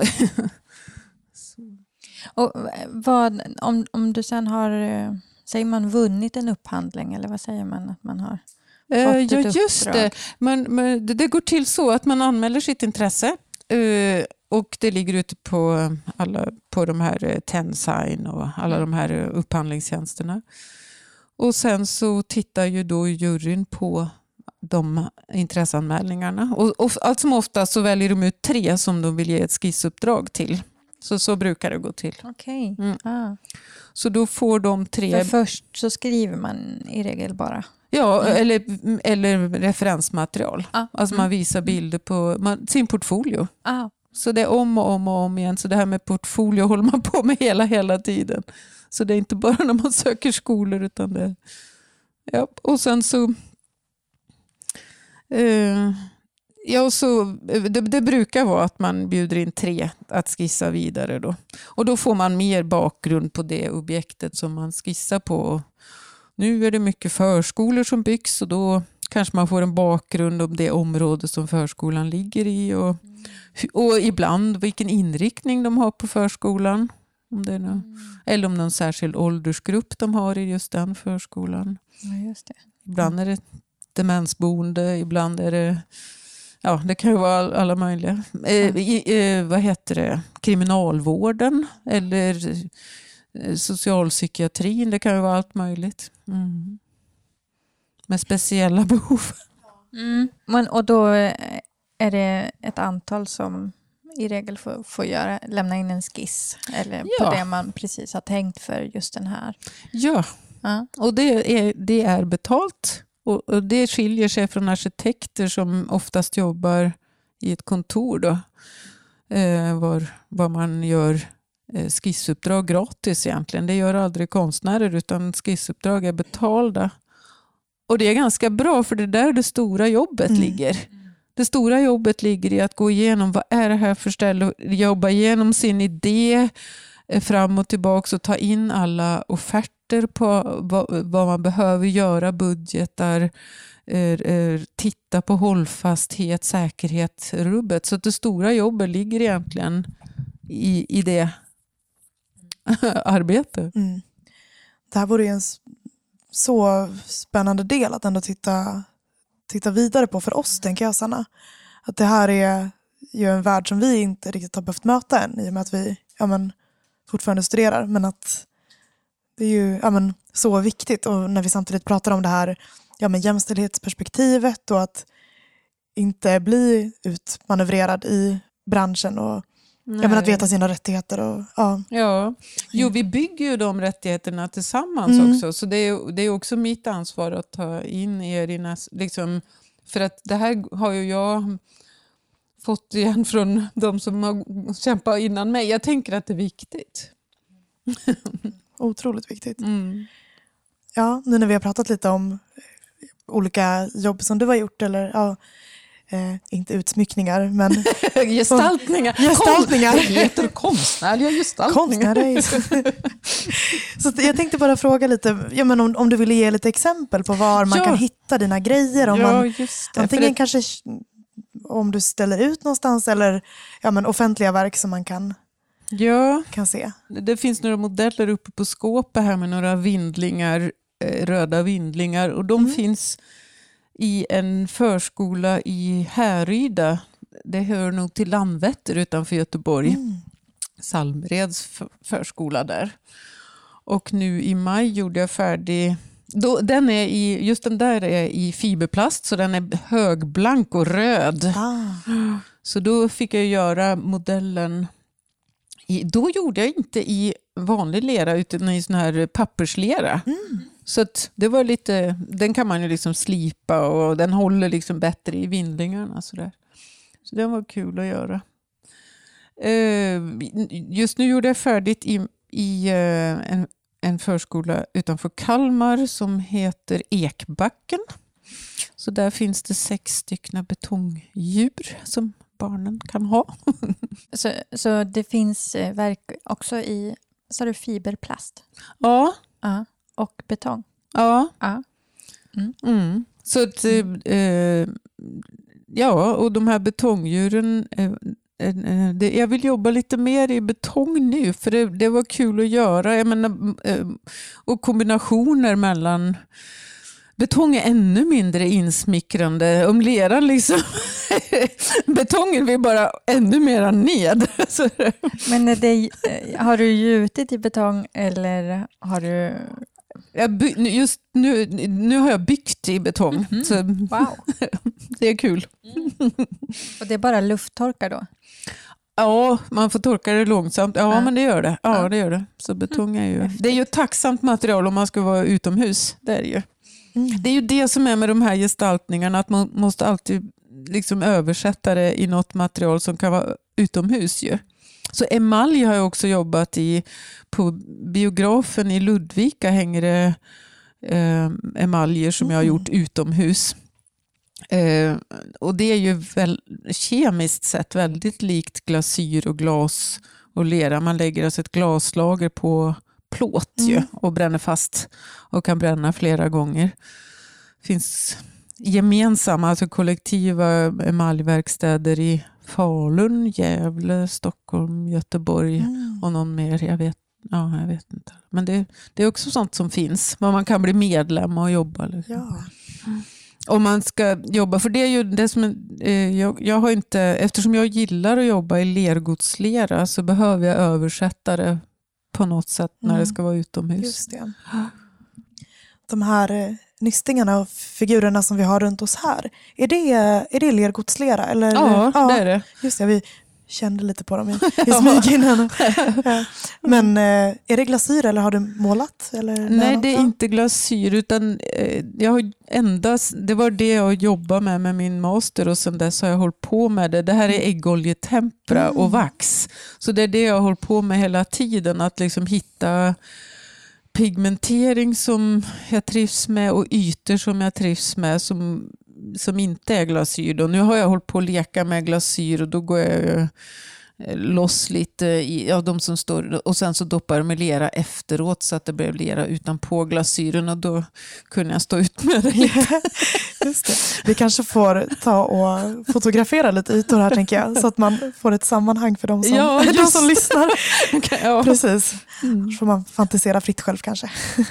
Och vad, om, om du sen har, säger man vunnit en upphandling, eller vad säger man att man har fått eh, ett ja, uppdrag? just det. Men, men det, det går till så att man anmäler sitt intresse eh, och det ligger ute på, alla, på de här eh, Tensign och alla de här eh, upphandlingstjänsterna. Och sen så tittar ju då juryn på de intresseanmälningarna. Och, och allt som ofta så väljer de ut tre som de vill ge ett skissuppdrag till. Så, så brukar det gå till. Okej. Mm. Ah. Så då får de tre... För först så skriver man i regel bara. Ja, Mm. eller, eller referensmaterial. Ah. Alltså man visar bilder på man, sin portfolio. Ah. Så det är om och om och om igen. Så det här med portfolio håller man på med hela, hela tiden. Så det är inte bara när man söker skolor utan det... Ja, och sen så... Uh, ja, så det, det brukar vara att man bjuder in tre att skissa vidare då. Och då får man mer bakgrund på det objektet som man skissar på. Nu är det mycket förskolor som byggs och då kanske man får en bakgrund om det område som förskolan ligger i och, och ibland vilken inriktning de har på förskolan. Om det är någon, mm. Eller om någon särskild åldersgrupp de har i just den förskolan. Ja, just det. Ibland är det demensboende, ibland är det, ja, det kan ju vara alla möjliga. Eh, i, eh, vad heter det? Kriminalvården eller eh, socialpsykiatrin, det kan ju vara allt möjligt. Mm. Med speciella behov. Mm. Men, och då är det ett antal som i regel får, får göra, lämna in en skiss eller ja. på det man precis har tänkt för just den här. Ja, ja. Och det är, det är betalt. Och, och det skiljer sig från arkitekter som oftast jobbar i ett kontor då. Eh, var, var man gör eh, skissuppdrag gratis egentligen. Det gör aldrig konstnärer utan skissuppdrag är betalda. Och det är ganska bra för det är där det stora jobbet mm. ligger. Det stora jobbet ligger i att gå igenom vad är det här för ställe. Jobba igenom sin idé fram och tillbaka och ta in alla offerter på vad, vad man behöver göra, budgetar, eh, titta på hållfasthet, säkerhet, rubbet. Så att det stora jobbet ligger egentligen i, i det arbetet. Mm. Det här vore ju en så spännande del att ändå titta, titta vidare på för oss, tänker jag, Sanna. Att det här är ju en värld som vi inte riktigt har behövt möta än i och med att vi ja, men, fortfarande studerar. Men att det är ju ja, men, så viktigt. Och när vi samtidigt pratar om det här ja, men, jämställdhetsperspektivet och att inte bli utmanövrerad i branschen och ja, men, att veta sina rättigheter. Och, ja. Ja, jo, vi bygger ju de rättigheterna tillsammans mm. också. Så det är, det är också mitt ansvar att ta in er i näs, liksom, för att det här har ju jag fått igen från de som har kämpat innan mig. Jag tänker att det är viktigt. Otroligt viktigt. Mm. Ja, nu när vi har pratat lite om olika jobb som du har gjort eller ja, eh, inte utsmyckningar men gestaltningar. Gestaltningar. Det heter konstnärliga gestaltningar. Konstnärliga. Så jag tänkte bara fråga lite ja, men om, om du ville ge lite exempel på var man ja. kan hitta dina grejer. Om ja, man, just det. Antingen det... kanske om du ställer ut någonstans eller ja, men offentliga verk som man kan, ja. kan se. Det finns några modeller uppe på skåpet här med några vindlingar, eh, röda vindlingar. Och de mm. finns i en förskola i Härryda. Det hör nog till Landvetter utanför Göteborg. Mm. Salmreds förskola där. Och nu i maj gjorde jag färdig... Då, den är i, just den där är i fiberplast så den är högblank och röd. Ah. Så då fick jag göra modellen i, då gjorde jag inte i vanlig lera utan i sån här papperslera. Mm. Så att det var lite, den kan man ju liksom slipa och den håller liksom bättre i vindlingarna så där. Så den var kul att göra. Just nu gjorde jag färdigt i, i en en förskola utanför Kalmar som heter Ekbacken. Så där finns det sex stycken betongdjur som barnen kan ha. så, så det finns verk också i så är det fiberplast? Ja. Ja. Och betong? Ja. Ja. Mm. Mm. Så att, eh, ja, och de här betongdjuren, eh, eh, det, jag vill jobba lite mer i betong nu, för det, det var kul att göra. Jag menar, eh, och kombinationer mellan... Betong är ännu mindre insmickrande. Om leran liksom... Betongen vill bara ännu mer ned. Men är det, har du gjutit i betong eller har du... Jag by, just nu, nu har jag byggt i betong. Mm-hmm. Så wow. Det är kul. Mm. Och det är bara lufttorkar då? Ja, man får torka det långsamt. Ja, ja. men det gör det. Ja, ja, det gör det. Så betong är ju... Häftigt. Det är ju ett tacksamt material om man ska vara utomhus. Det är det ju. Mm. Det är ju det som är med de här gestaltningarna, att man måste alltid liksom översätta det i något material som kan vara utomhus ju. Så emalj har jag också jobbat i. På biografen i Ludvika hänger det eh, emaljer som mm. jag har gjort utomhus. Eh, och det är ju väl, kemiskt sett väldigt likt glasyr och glas och lera. Man lägger alltså ett glaslager på plåt ju, mm. och bränner fast och kan bränna flera gånger. Det finns gemensamma, alltså kollektiva emaljverkstäder i Falun, Gävle, Stockholm, Göteborg mm. och någon mer, jag vet, ja, jag vet inte. Men det, det är också sånt som finns, var man kan bli medlem och jobba. Liksom. Ja. Om man ska jobba, för det är ju det som eh, jag, jag har inte, eftersom jag gillar att jobba i lergodslera så behöver jag översätta det på något sätt när mm. det ska vara utomhus. Just det. De här nystingarna och figurerna som vi har runt oss här, är det, är det lergodslera? Eller? Ja, ja, det är det. Just det, vi kände lite på dem i, i smyg innan. Ja. Men är det glasyr eller har du målat? Eller Nej, det är inte glasyr, utan jag har endast, det var det jag jobbade med med min master och sen dess har jag hållit på med det. Det här är äggoljetempera mm. och vax. Så det är det jag har hållit på med hela tiden, att liksom hitta pigmentering som jag trivs med och ytor som jag trivs med som, som inte är glasyr. Då. Nu har jag hållit på att leka med glasyr och då går jag loss lite i ja, de som står och sen så doppar jag med lera efteråt så att det blev lera utanpå glasyren och då kunde jag stå ut med det lite. Just det. Vi kanske får ta och fotografera lite ytor här tänker jag så att man får ett sammanhang för de som, ja, de som lyssnar. Okay, ja. Precis. Mm. Så får man fantisera fritt själv kanske.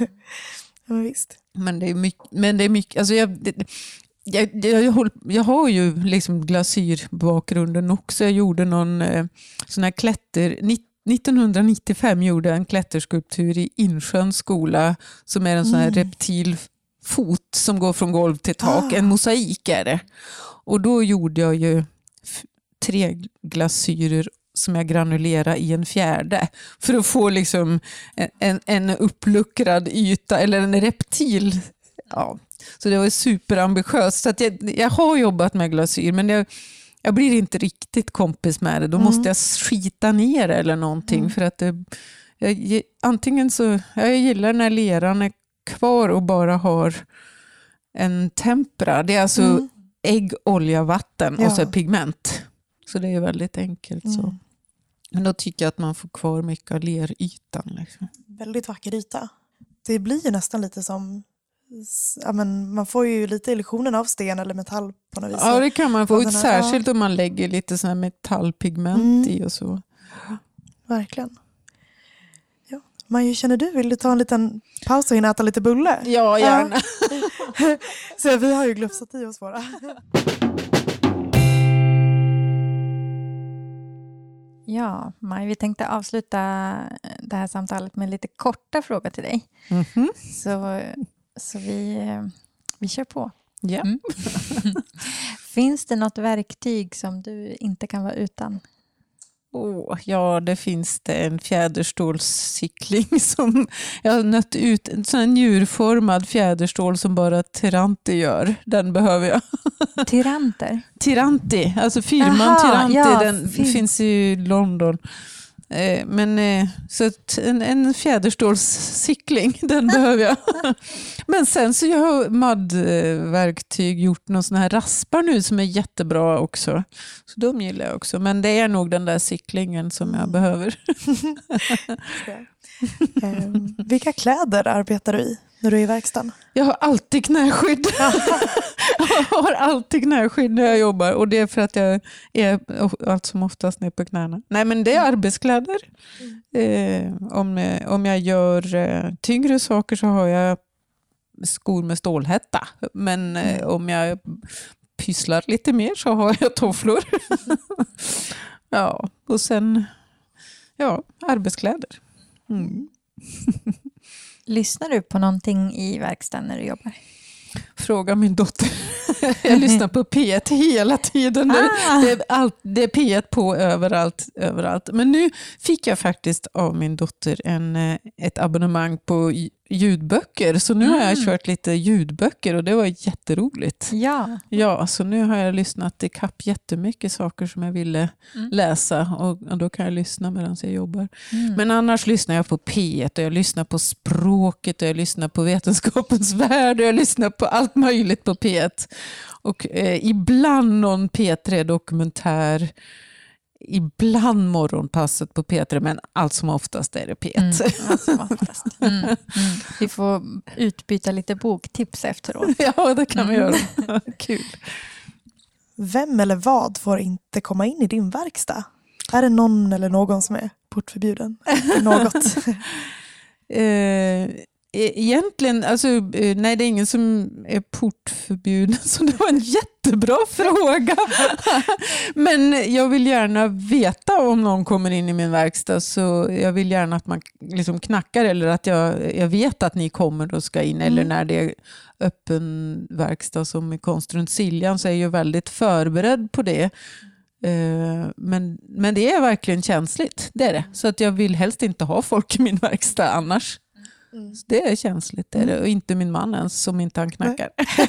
Ja, men visst. Men det är mycket, men det är mycket alltså jag, det, Jag, jag, jag, jag har ju liksom glasyrbakgrunden också. Jag gjorde någon eh, sån här klätter... nittonhundranittiofem gjorde jag en klätterskulptur i Insjöns skola som är en sån här mm. reptilfot som går från golv till tak. Ah. En mosaik är det. Och då gjorde jag ju f- tre glasyrer som jag granulerade i en fjärde för att få liksom en, en, en uppluckrad yta eller en reptil... Ja. Så det var superambitiöst. Så att jag, jag har jobbat med glasyr men jag, jag blir inte riktigt kompis med det. Då mm. måste jag skita ner eller någonting. Mm. För att det, jag, antingen så, jag gillar när leran är kvar och bara har en tempera. Det är alltså mm. ägg, olja, vatten ja. och så pigment. Så det är väldigt enkelt. Mm. Så. Men då tycker jag att man får kvar mycket av lerytan. Liksom. Väldigt vacker yta. Det blir ju nästan lite som... Ja, men man får ju lite illusionen av sten eller metall på något vis. Ja, det kan man få. Här, särskilt ja. om man lägger lite sån här metallpigment mm. i och så. Verkligen. Ja. Men hur känner du? Vill du ta en liten paus och hinna äta lite bulle? Ja, gärna. Ja. Så vi har ju glufsat i oss våra. Ja, Maj, vi tänkte avsluta det här samtalet med lite korta frågor till dig. Mm-hmm. Så... Så vi, vi kör på. Ja. Mm. Finns det något verktyg som du inte kan vara utan? Oh, ja, det finns det en fjäderstålscykling som jag har nött ut. En sån här njurformad fjäderstål som bara Tiranti gör. Den behöver jag. Tiranter? Tiranti, alltså firman Aha, Tiranti. Ja, den fin- finns i London. Men så en, en fjäderstålscykling, den behöver jag. Men sen så jag har maddverktyg gjort någon sån här raspar nu som är jättebra också. Så de gillar jag också. Men det är nog den där cyklingen som jag behöver. um, vilka kläder arbetar du i? när du är i verkstaden? Jag har alltid knäskydd. Jag har alltid knäskydd när jag jobbar. Och det är för att jag är allt som oftast ner på knäna. Nej, men det är arbetskläder. Mm. Eh, om, om jag gör eh, tyngre saker så har jag skor med stålhätta. Men eh, mm. om jag pysslar lite mer så har jag tofflor. Ja, och sen ja, arbetskläder. Mm. Lyssnar du på någonting i verkstaden när du jobbar? Fråga min dotter. Jag lyssnar på P ett hela tiden. Ah. Det, är allt, det är P ett på överallt, överallt. Men nu fick jag faktiskt av min dotter en, ett abonnemang på ljudböcker. Så nu mm. har jag kört lite ljudböcker och det var jätteroligt. Ja. Ja, så nu har jag lyssnat i kapp jättemycket saker som jag ville mm. läsa och, och då kan jag lyssna medan jag jobbar. Mm. Men annars lyssnar jag på P ett och jag lyssnar på språket och jag lyssnar på Vetenskapens värld och jag lyssnar på allt möjligt på P ett. Och eh, ibland någon P tre-dokumentär. Ibland morgonpasset på P tre, men allt som oftast är det P ett. Mm, allt som oftast. Mm, mm. Vi får utbyta lite boktips efteråt. Ja, det kan vi göra. Kul. Vem eller vad får inte komma in i din verkstad? Är det någon eller någon som är portförbjuden? Något? eh, Egentligen, alltså, nej det är ingen som är portförbjuden, så det var en jättebra fråga. Men jag vill gärna veta om någon kommer in i min verkstad, så jag vill gärna att man liksom knackar eller att jag, jag vet att ni kommer och ska in, mm. eller när det är öppen verkstad som i Konst runt Siljan så är jag ju väldigt förberedd på det. Men, men det är verkligen känsligt, det är det. Så att jag vill helst inte ha folk i min verkstad annars. Mm. Det är känsligt, det är det. Och inte min man ens som inte han knackar.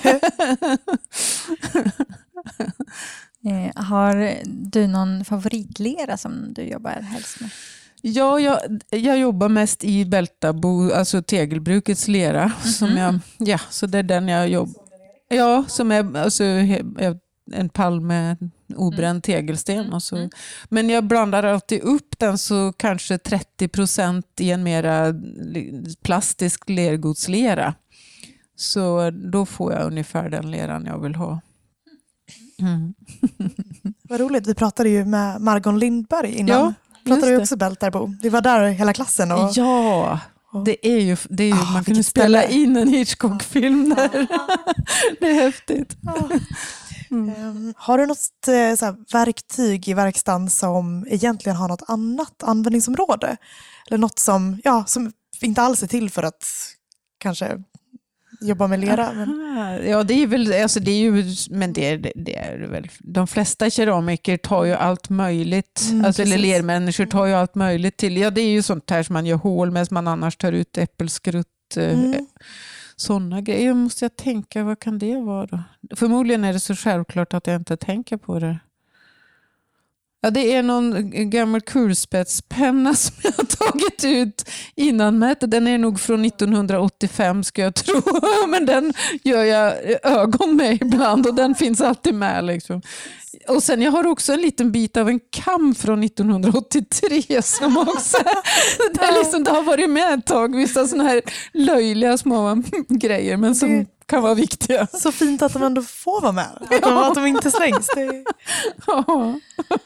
eh, har du någon favoritlera som du jobbar helst med? Ja, jag, jag jobbar mest i Bältabo, alltså tegelbrukets lera. Mm-hmm. Som jag, ja, så det är den jag jobbar. Ja, som är alltså, en pall med obränd tegelsten. Och så. Mm. Men jag blandar alltid upp den så kanske trettio procent i en mera plastisk lergodslera. Så då får jag ungefär den leran jag vill ha. Mm. Vad roligt, vi pratade ju med Margon Lindberg innan. Ja, pratade ju också Bältarbo. Vi var där hela klassen. Och... Ja, det är ju, det är ju oh, man kunde spela ställe. in en Hitchcock-film där. Det är häftigt. Oh. Mm. Um, har du något eh, så här, verktyg i verkstaden som egentligen har något annat användningsområde? Eller något som, ja, som inte alls är till för att kanske jobba med lera? Men... Ja, det är väl, alltså det är ju, men det är, det är väl, de flesta keramiker tar ju allt möjligt, mm, alltså, eller lermänniskor tar ju allt möjligt till. Ja, det är ju sånt här som man gör hål med, som man annars tar ut äppelskrutt. Mm. Sådana grejer måste jag tänka, vad kan det vara då? Förmodligen är det så självklart att jag inte tänker på det. Ja, det är någon gammal kulspetspenna som jag har tagit ut innan mätet. Den är nog från nittonhundraåttiofem ska jag tro. Men den gör jag ögon med ibland och den finns alltid med. Liksom. Och sen jag har också en liten bit av en kam från nittonhundraåttiotre som också det, är liksom, det har varit med ett tag. Vissa sådana här löjliga små grejer men som det... kan vara viktiga. Så fint att de ändå får vara med. Att de, att de inte slängs. Det... Ja.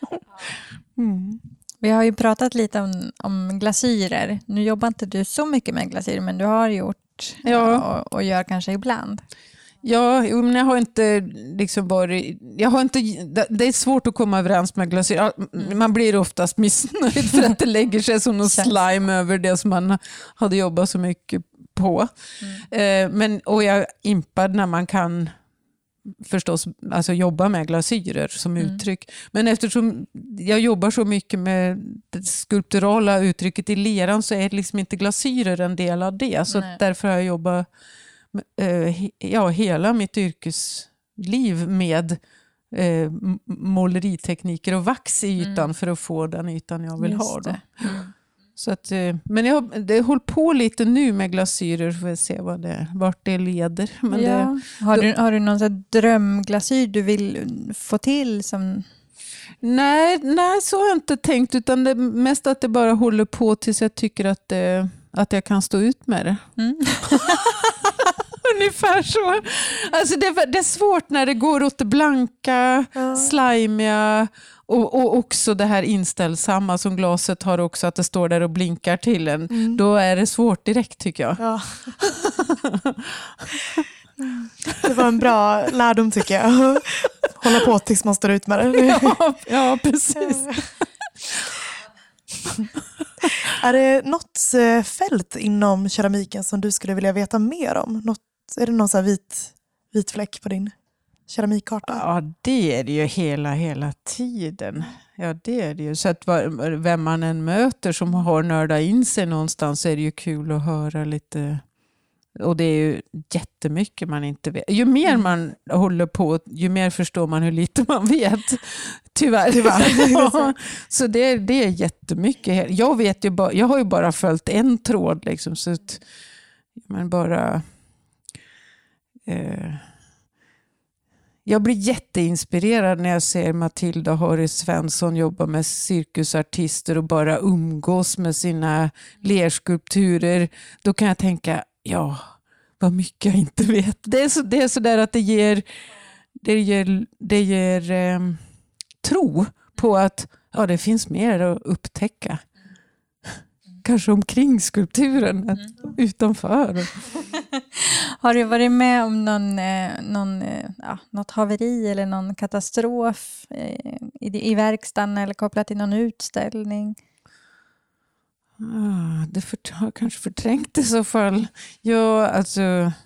Mm. Vi har ju pratat lite om, om glasyrer. Nu jobbar inte du så mycket med glasyrer, men du har gjort ja. och, och gör kanske ibland. Ja, men jag har inte liksom varit, jag har inte, det är svårt att komma överens med glasyr. Man blir oftast missnöjd för att det lägger sig som någon slime över det som man hade jobbat så mycket på. Mm. Men, och jag är impad när man kan förstås alltså jobba med glasyrer som mm. uttryck. Men eftersom jag jobbar så mycket med det skulpturala uttrycket i leran så är liksom inte glasyrer en del av det. Så därför har jag jobbat ja, hela mitt yrkesliv med eh, måleritekniker och vax i ytan mm. för att få den ytan jag vill Just ha. Då. Mm. Så att, eh, men jag har det håller på lite nu med glasyrer för att se vad det, vart det leder. Men ja. det, har, då, du, har du någon sån drömglasyr du vill få till? Som... Nej, nej, så har jag inte tänkt, utan det mest att det bara håller på tills jag tycker att det att jag kan stå ut med det. Mm. ungefär så. Alltså det, det är svårt när det går åt det blanka, ja. slimiga och, och också det här inställsamma som glaset har också, att det står där och blinkar till en. Mm. Då är det svårt direkt tycker jag. Ja. Det var en bra lärdom tycker jag. Hålla på tills man står ut med det. Ja, ja precis. Är det något fält inom keramiken som du skulle vilja veta mer om? Något, är det någon så här vit, vit fläck på din keramikkarta? Ja, det är det ju hela, hela tiden. Ja, det är det ju. Så att var, vem man än möter som har nördat in sig någonstans är det ju kul att höra lite. Och det är ju jättemycket man inte vet. Ju mer man håller på, ju mer förstår man hur lite man vet. Tyvärr. Tyvärr. Ja, så det, det är jättemycket. Jag vet ju bara, jag har ju bara följt en tråd liksom, så att man bara eh, jag blir jätteinspirerad när jag ser Matilda Harry Svensson jobba med cirkusartister och bara umgås med sina lerskulpturer. Då kan jag tänka, ja, vad mycket jag inte vet. Det är så, det är så där att det ger det ger, det ger eh, tro på att ja, det finns mer att upptäcka. Kanske omkring skulpturen, mm. utanför. Har du varit med om någon, eh, någon, eh, ja, något haveri eller någon katastrof eh, i, i verkstaden eller kopplat till någon utställning? Ah, det för, har kanske förträngt i så fall. Ja, alltså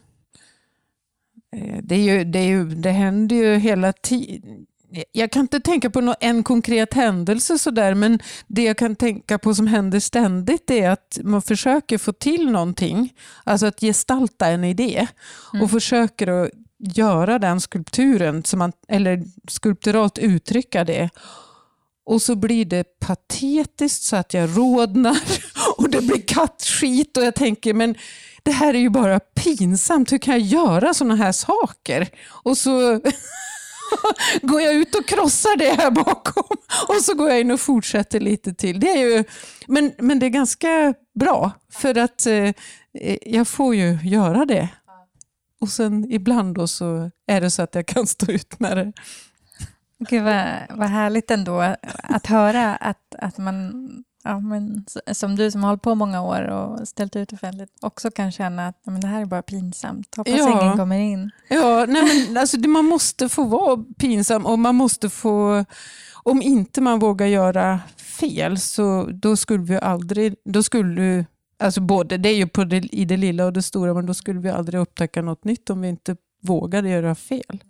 eh, det, är ju, det, är ju, det händer ju hela tiden. Jag kan inte tänka på någon, en konkret händelse så där, men det jag kan tänka på som händer ständigt är att man försöker få till någonting, alltså att gestalta en idé mm. och försöker att göra den skulpturen som man, eller skulpturalt uttrycka det. Och så blir det patetiskt så att jag rodnar och det blir kattskit och jag tänker, men det här är ju bara pinsamt, hur kan jag göra såna här saker? Och så går jag ut och krossar det här bakom och så går jag in och fortsätter lite till. Det är ju, men, men det är ganska bra för att eh, jag får ju göra det. Och sen ibland då så är det så att jag kan stå ut med det. Gud vad, vad härligt ändå att höra att, att man, ja, men, som du som har hållit på många år och ställt ut offentligt också kan känna att men det här är bara pinsamt. Hoppas ja. ingen kommer in. Ja, nej men alltså, det, man måste få vara pinsam och man måste få, om inte man vågar göra fel så då skulle vi aldrig, då skulle alltså både, det är ju på det, i det lilla och det stora, men då skulle vi aldrig upptäcka något nytt om vi inte vågade göra fel.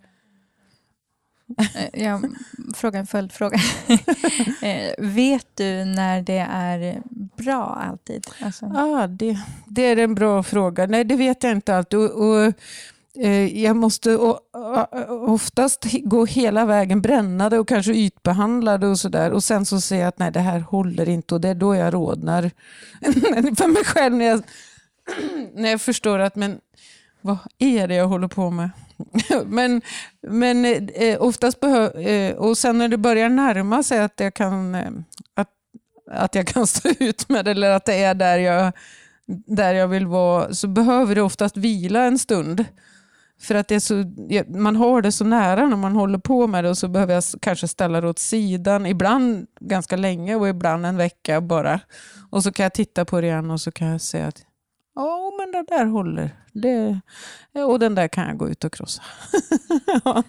Jag frågar en följdfråga. Vet du när det är bra alltid? Alltså. Ja, det, det är en bra fråga. Nej, det vet jag inte alltid. Och, och, eh, jag måste och, och, oftast gå hela vägen brännade och kanske ytbehandlade och sådär. Och sen så säger jag att nej, det här håller inte. Och det är då jag rodnar för mig själv när jag, när jag förstår att men vad är det jag håller på med? men men eh, oftast behöver eh, och sen när det börjar närma sig att jag kan eh, att, att jag kan stå ut med det eller att det är där jag där jag vill vara, så behöver det oftast vila en stund för att det är så, man har det så nära när man håller på med det, och så behöver jag kanske ställa det åt sidan ibland ganska länge och ibland en vecka bara, och så kan jag titta på det igen och så kan jag säga att ja, oh, men det där håller. Det, och den där kan jag gå ut och krossa. Ja.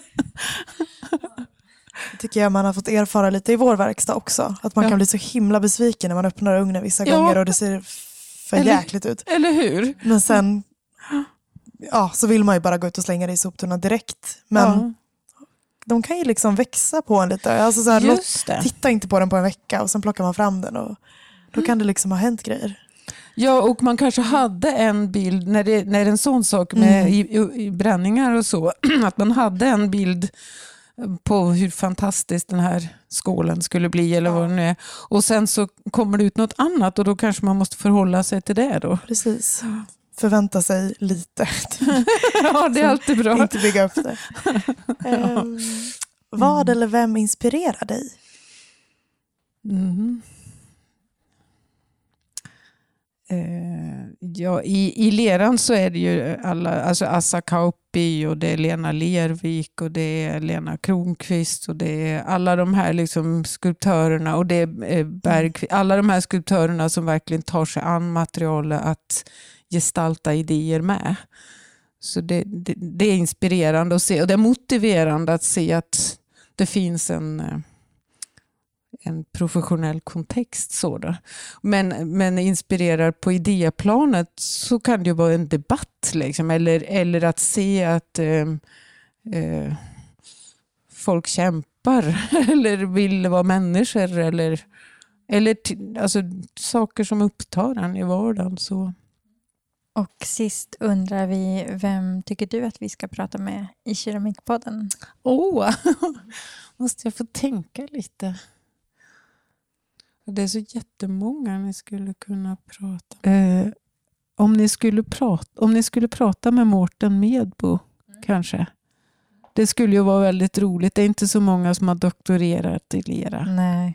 Tycker jag man har fått erfara lite i vår verkstad också. Att man ja. kan bli så himla besviken när man öppnar ugnen vissa ja. gånger och det ser för eller, jäkligt ut. Eller hur? Men sen ja, så vill man ju bara gå ut och slänga det i soptunnan direkt. Men ja. de kan ju liksom växa på en lite. Alltså så här, låt, titta inte på den på en vecka och sen plockar man fram den och då kan det liksom ha hänt grejer. Ja, och man kanske hade en bild när det, när det är en sån sak med mm. i, i bränningar och så, att man hade en bild på hur fantastiskt den här skålen skulle bli eller ja. vad det nu är. Och sen så kommer det ut något annat och då kanske man måste förhålla sig till det då. Precis. Förvänta sig lite. Ja, det är alltid bra. Inte bygga upp det. Ja. um, vad eller vem inspirerar dig? Mm. Eh, ja, i, I leran så är det ju alla, alltså Assa Kauppi och det är Lena Lervik och det är Lena Kronqvist och det är alla de här liksom skulptörerna och det är eh, Bergqvist, alla de här skulptörerna som verkligen tar sig an materialet att gestalta idéer med. Så det, det, det är inspirerande att se och det är motiverande att se att det finns en en professionell kontext sådan. Men, men inspirerar på idéplanet så kan det ju vara en debatt liksom, eller, eller att se att eh, eh, folk kämpar eller vill vara människor eller, eller t- alltså, saker som upptar en i vardagen. Så. Och sist undrar vi, vem tycker du att vi ska prata med i Keramikpodden? Åh, oh, måste jag få tänka lite. Det är så jättemånga ni skulle kunna prata eh, om ni skulle prata om ni skulle prata med Mårten Medbo mm. kanske. Det skulle ju vara väldigt roligt. Det är inte så många som har doktorerat i lera. Nej.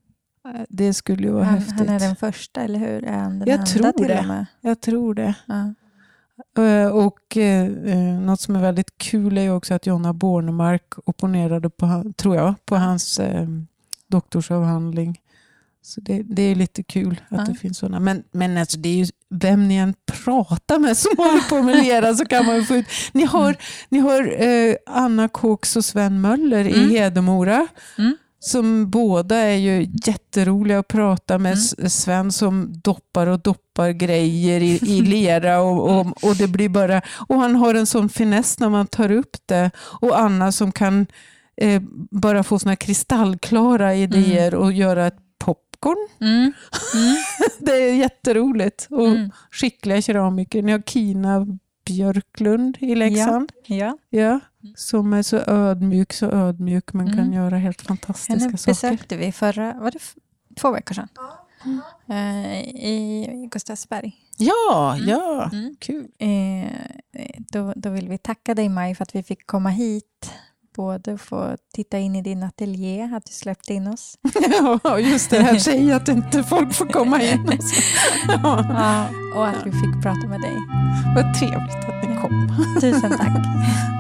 Det skulle ju vara han, häftigt. Han är den första, eller hur? Är han den jag, enda tror till det. Och med? jag tror det. Ja. Uh, och uh, något som är väldigt kul är ju också att Jonna Bornemark opponerade på, tror jag, på ja. hans uh, doktorsavhandling. Så det, det är lite kul att ja. det finns sådana. Men, men alltså det är ju vem ni än pratar med som håller på med lera så kan man ju få ut. Ni har, mm. ni har eh, Anna Kåks och Sven Möller mm. i Hedemora. Mm. Som båda är ju jätteroliga att prata med. Mm. Sven som doppar och doppar grejer i, i lera. Och, och, och, det blir bara, och han har en sån finess när man tar upp det. Och Anna som kan eh, bara få såna kristallklara idéer mm. och göra ett popcorn. Mm. Mm. Det är jätteroligt. Och mm. skickliga keramiker. Ni har Kina Björklund i Leksand. Ja. Ja. Ja. Som är så ödmjuk, så ödmjuk. Men mm. kan göra helt fantastiska Henne saker. besökte vi förra, var det f- två veckor sedan? Mm. Uh, I Gustavsberg. Ja, mm. ja. Mm. Kul. Uh, då, då vill vi tacka dig, Maj, för att vi fick komma hit. Både få titta in i din ateljé, att du släppte in oss. Ja, just det här säger att inte folk får komma in. Ja. Ja, och att vi fick prata med dig. Vad trevligt att ni kom. Tusen tack.